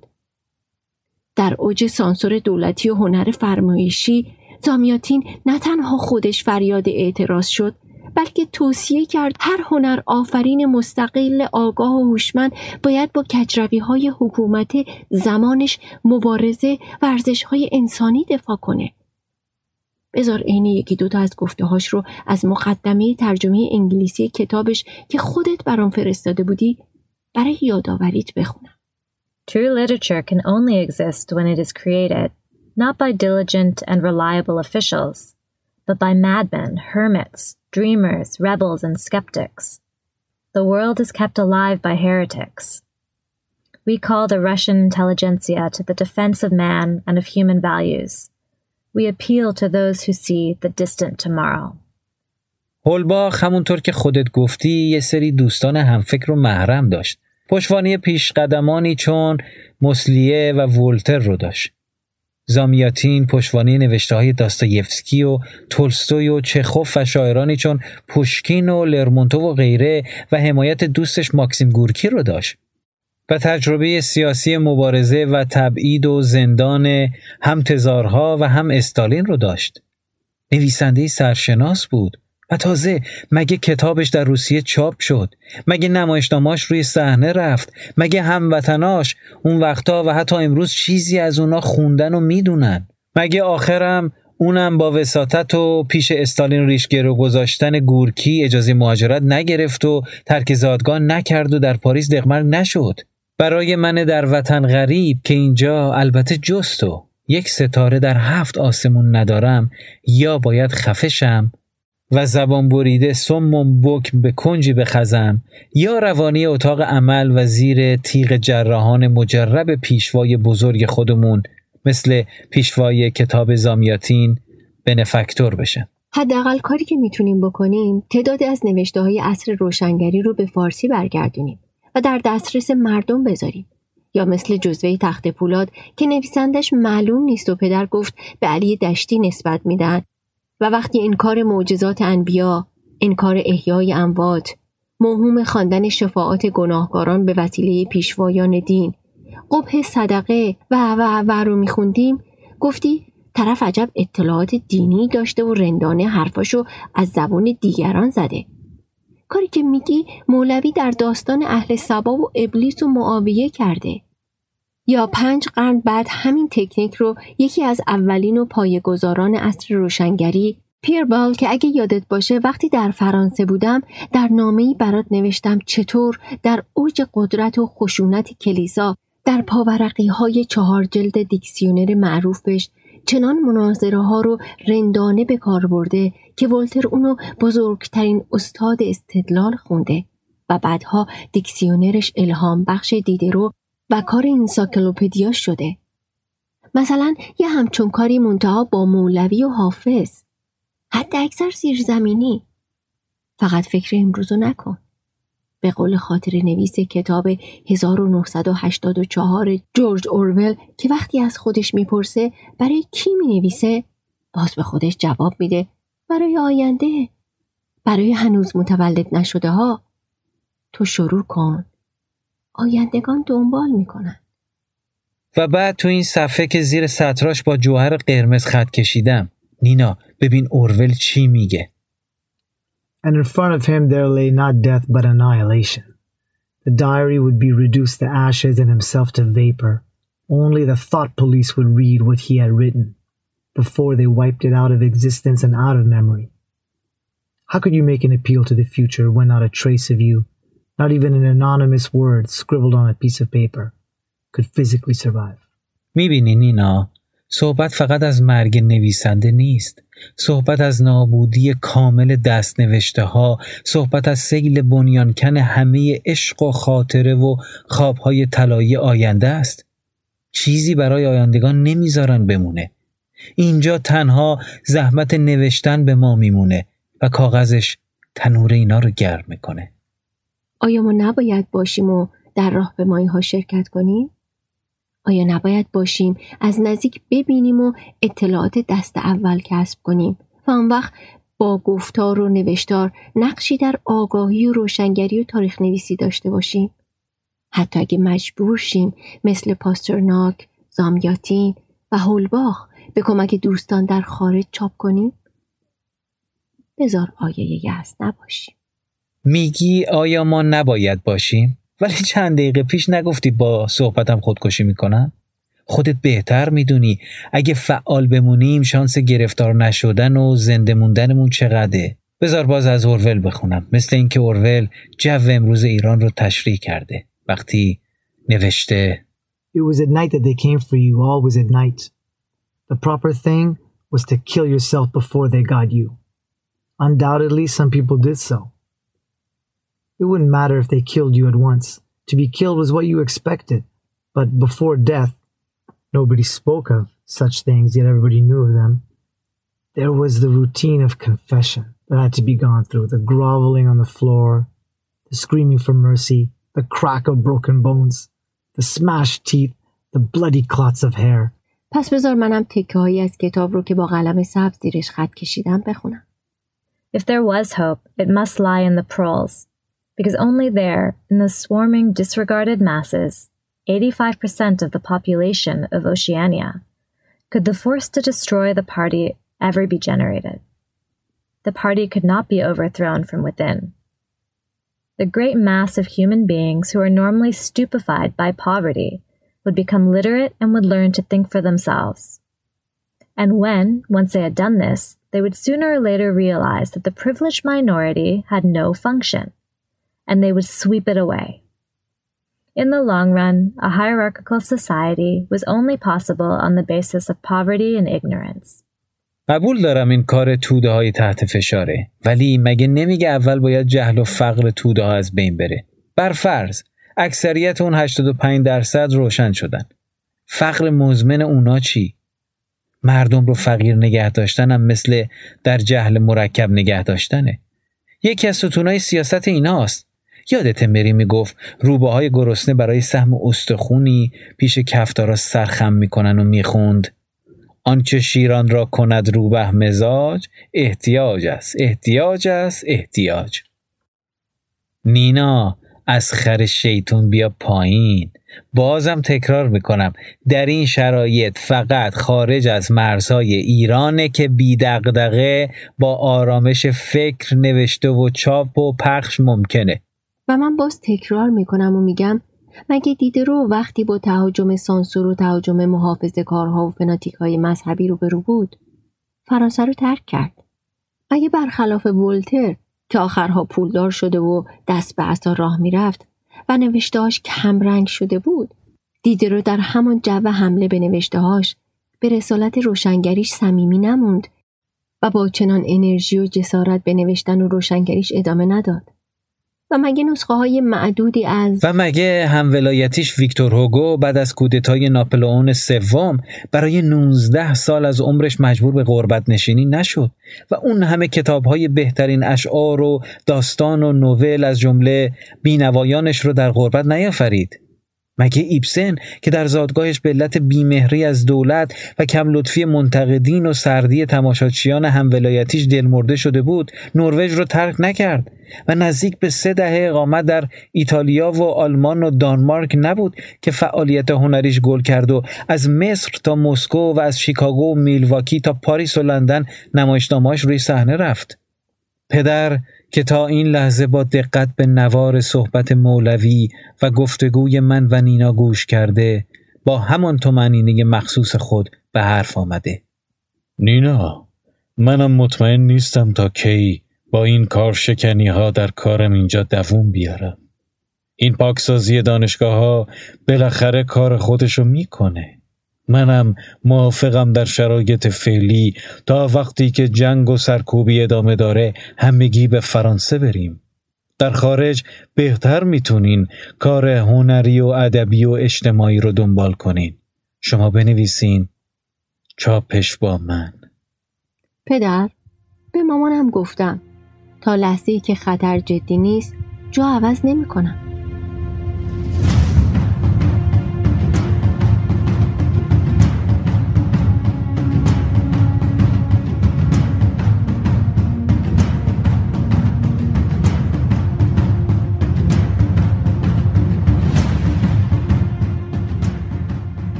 در اوج سانسور دولتی و هنر فرمایشی، زامیاتین نه تنها خودش فریاد اعتراض شد، بلکه توصیه کرد هر هنر آفرین مستقل آگاه و هوشمند باید با کجروی‌های حکومت زمانش مبارزه و ارزش‌های انسانی دفاع کنه. بذار عین یکی دوتا از گفته‌هاش رو از مقدمه ترجمه انگلیسی کتابش که خودت برام فرستاده بودی برای یادآوریت بخونم. True literature can only exist when it is created, not by diligent and reliable officials, but by madmen, hermits, dreamers, rebels, and skeptics. The world is kept alive by heretics. We call the Russian intelligentsia to the defense of man and of human values. We appeal to those who see the distant tomorrow. هولباخ همونطور که خودت گفتی یه سری دوستان همفکر و محرم داشت. پشتوانه پیشقدمانی چون موسلیه و ولتر رو داشت. زامیاتین پشتوانه نوشته‌های داستایفسکی و تولستوی و چخوف و شاعرانی چون پوشکین و لرمونتوف و غیره و حمایت دوستش ماکسیم گورکی رو داشت. و تجربه سیاسی مبارزه و تبعید و زندان هم تزارها و هم استالین رو داشت. نویسنده سرشناس بود و تازه مگه کتابش در روسیه چاپ شد؟ مگه نمایشنامه‌اش روی صحنه رفت؟ مگه هموطناش اون وقتا و حتی امروز چیزی از اونا خوندن و میدونن؟ مگه آخرم اونم با وساطت و پیش استالین ریشگرو گذاشتن گورکی اجازه مهاجرت نگرفت و ترک زادگاه نکرد و در پاریس دغمرگ نشد؟ برای من در وطن غریب که اینجا البته جستو یک ستاره در هفت آسمون ندارم، یا باید خفشم و زبان بریده سمم بکم به کنجی بخزم، یا روانی اتاق عمل و زیر تیغ جراحان مجرب پیشوای بزرگ خودمون مثل پیشوای کتاب زامیاتین بنفکتور بشم. حداقل کاری که میتونیم بکنیم تعدادی از نوشته‌های عصر روشنگری رو به فارسی برگردونیم و در دسترس مردم بذاریم. یا مثل جزوه تخت پولاد که نویسندش معلوم نیست و پدر گفت به علی دشتی نسبت میدن و وقتی انکار معجزات انبیا، انکار احیای اموات، موهوم خواندن شفاعات گناهکاران به وسیله پیشوایان دین، قبح صدقه و و و رو میخوندیم، گفتی طرف عجب اطلاعات دینی داشته و رندانه حرفاشو از زبان دیگران زده. کاری که میگی مولوی در داستان اهل سبا و ابلیس و معاویه کرده. یا پنج قرن بعد همین تکنیک رو یکی از اولین و پایه‌گذاران عصر روشنگری، پیر بال، که اگه یادت باشه وقتی در فرانسه بودم در نامه‌ای برات نوشتم چطور در اوج قدرت و خشونت کلیسا در پاورقی‌های چهار جلد دیکسیونر معروفش چنان مناظره ها رو رندانه به کار برده که ولتر اونو بزرگترین استاد استدلال خونده و بعدها دیکسیونرش الهام بخش دیدرو و کار انسایکلوپدیا شده. مثلا یه همچون کاری منتها با مولوی و حافظ. حتی اکثر زیرزمینی. فقط فکر امروزو نکن. به قول خاطر نویس کتاب هزار و نهصد و هشتاد و چهار جورج اورول که وقتی از خودش میپرسه برای کی مینویسه، باز به خودش جواب میده برای آینده، برای هنوز متولد نشده ها. تو شروع کن، آیندگان دنبال میکنن. و بعد تو این صفحه که زیر سطراش با جوهر قرمز خط کشیدم، نینا ببین اورول چی میگه. And in front of him there lay not death but annihilation. The diary would be reduced to ashes and himself to vapor. Only the thought police would read what he had written before they wiped it out of existence and out of memory. How could you make an appeal to the future when not a trace of you, not even an anonymous word scribbled on a piece of paper, could physically survive? میبینی نینا، صحبت فقط از مرگ نویسنده نیست. صحبت از نابودی کامل دست نوشته ها، صحبت از سیل بنیانکن همه عشق و خاطره و خوابهای طلایی آینده است. چیزی برای آیندگان نمیذارن بمونه. اینجا تنها زحمت نوشتن به ما میمونه و کاغذش تنور اینا رو گرم میکنه. آیا ما نباید باشیم و در راه به مایها شرکت کنیم؟ آیا نباید باشیم از نزدیک ببینیم و اطلاعات دست اول کسب کنیم و آن وقت با گفتار و نوشتار نقشی در آگاهی و روشنگری و تاریخ نویسی داشته باشیم؟ حتی اگه مجبور شیم مثل پاسترناک، زامیاتین و هولباخ به کمک دوستان در خارج چاپ کنیم؟ بذار آیه یأس نباشیم. میگی آیا ما نباید باشیم؟ ولی چند دقیقه پیش نگفتی با صحبتم خودکشی میکنم؟ خودت بهتر میدونی اگه فعال بمونیم شانس گرفتار نشدن و زنده موندنمون چقدره. بذار باز از اورول بخونم. مثل اینکه اورول جو امروز ایران رو تشریح کرده وقتی نوشته It was at night that they came for you, always at night. The proper thing was to kill yourself before they got you. Undoubtedly, some people did so. It wouldn't matter if they killed you at once. To be killed was what you expected. But before death, nobody spoke of such things, yet everybody knew of them. There was the routine of confession that had to be gone through. The groveling on the floor, the screaming for mercy, the crack of broken bones, the smashed teeth, the bloody clots of hair. پس بذار منم تکه‌هایی از کتاب رو که با قلم سبز زیرش خط کشیدم بخونم. If there was hope, it must lie in the proles. Because only there, in the swarming, disregarded masses, eighty-five percent of the population of Oceania, could the force to destroy the party ever be generated. The party could not be overthrown from within. The great mass of human beings who are normally stupefied by poverty would become literate and would learn to think for themselves. And when, once they had done this, they would sooner or later realize that the privileged minority had no function. And they would sweep it away. In the long run, a hierarchical society was only possible on the basis of poverty and ignorance. قبول دارم این کار توده های تحت فشاره، ولی مگه نمیگه اول باید جهل و فقر توده ها از بین بره؟ بر فرض اکثریت اون هشتاد و پنج درصد روشن شدن. فقر مزمن اونا چی؟ مردم رو فقیر نگه داشتن هم مثل در جهل مرکب نگه داشتنه. یکی از ستونهای سیاست ایناست. یادت مری میگفت روباهای گرسنه برای سهم استخونی پیش کفتارا سرخم میکنن و میخوند آنچه شیران را کند روبه مزاج احتیاج است احتیاج است احتیاج. نینا از خر شیطون بیا پایین. بازم تکرار میکنم در این شرایط فقط خارج از مرزهای ایرانه که بی دغدغه با آرامش فکر نوشته و چاپ و پخش ممکنه. و من باز تکرار میکنم و میگم مگه دیدرو وقتی با تهاجم سانسور و تهاجم محافظه کارها و فناتیک های مذهبی رو برو بود فرانسه رو ترک کرد؟ مگه برخلاف ولتر که آخرها پولدار شده و دست به عصا راه میرفت و نوشتهاش کمرنگ شده بود، دیدرو در همان جو حمله به نوشتهاش به رسالت روشنگریش صمیمی نموند و با چنان انرژی و جسارت به نوشتن و روشنگریش ادامه نداد؟ و مگه نسخه های معدودی از و مگه همولایتیش ویکتور هوگو بعد از کودتای ناپلئون سوم برای نوزده سال از عمرش مجبور به غربت نشینی نشد و اون همه کتاب‌های بهترین اشعار و داستان و نوول از جمله بینوایانش رو در غربت نیافرید؟ مگه ایبسن که در زادگاهش به علت بیمهری از دولت و کم لطفی منتقدین و سردی تماشاچیان همولایتیش دلمرده شده بود نروژ رو ترک نکرد و نزدیک به سه دهه اقامت در ایتالیا و آلمان و دانمارک نبود که فعالیت هنریش گل کرد و از مصر تا مسکو و از شیکاگو و میلواکی تا پاریس و لندن نمایشنامه‌اش روی صحنه رفت. پدر که تا این لحظه با دقت به نوار صحبت مولوی و گفتگوی من و نینا گوش کرده با همان طمأنینه مخصوص خود به حرف آمده. نینا، منم مطمئن نیستم تا کی با این کار شکنی ها در کارم اینجا دووم بیارم. این پاکسازی دانشگاه ها بالاخره کار خودشو میکنه. منم موافقم در شرایط فعلی تا وقتی که جنگ و سرکوبی ادامه داره همگی به فرانسه بریم. در خارج بهتر میتونین کار هنری و ادبی و اجتماعی رو دنبال کنین. شما بنویسین، چاپش با من. پدر، به مامانم گفتم تا لحظه‌ای که خطر جدی نیست جا عوض نمی کنم.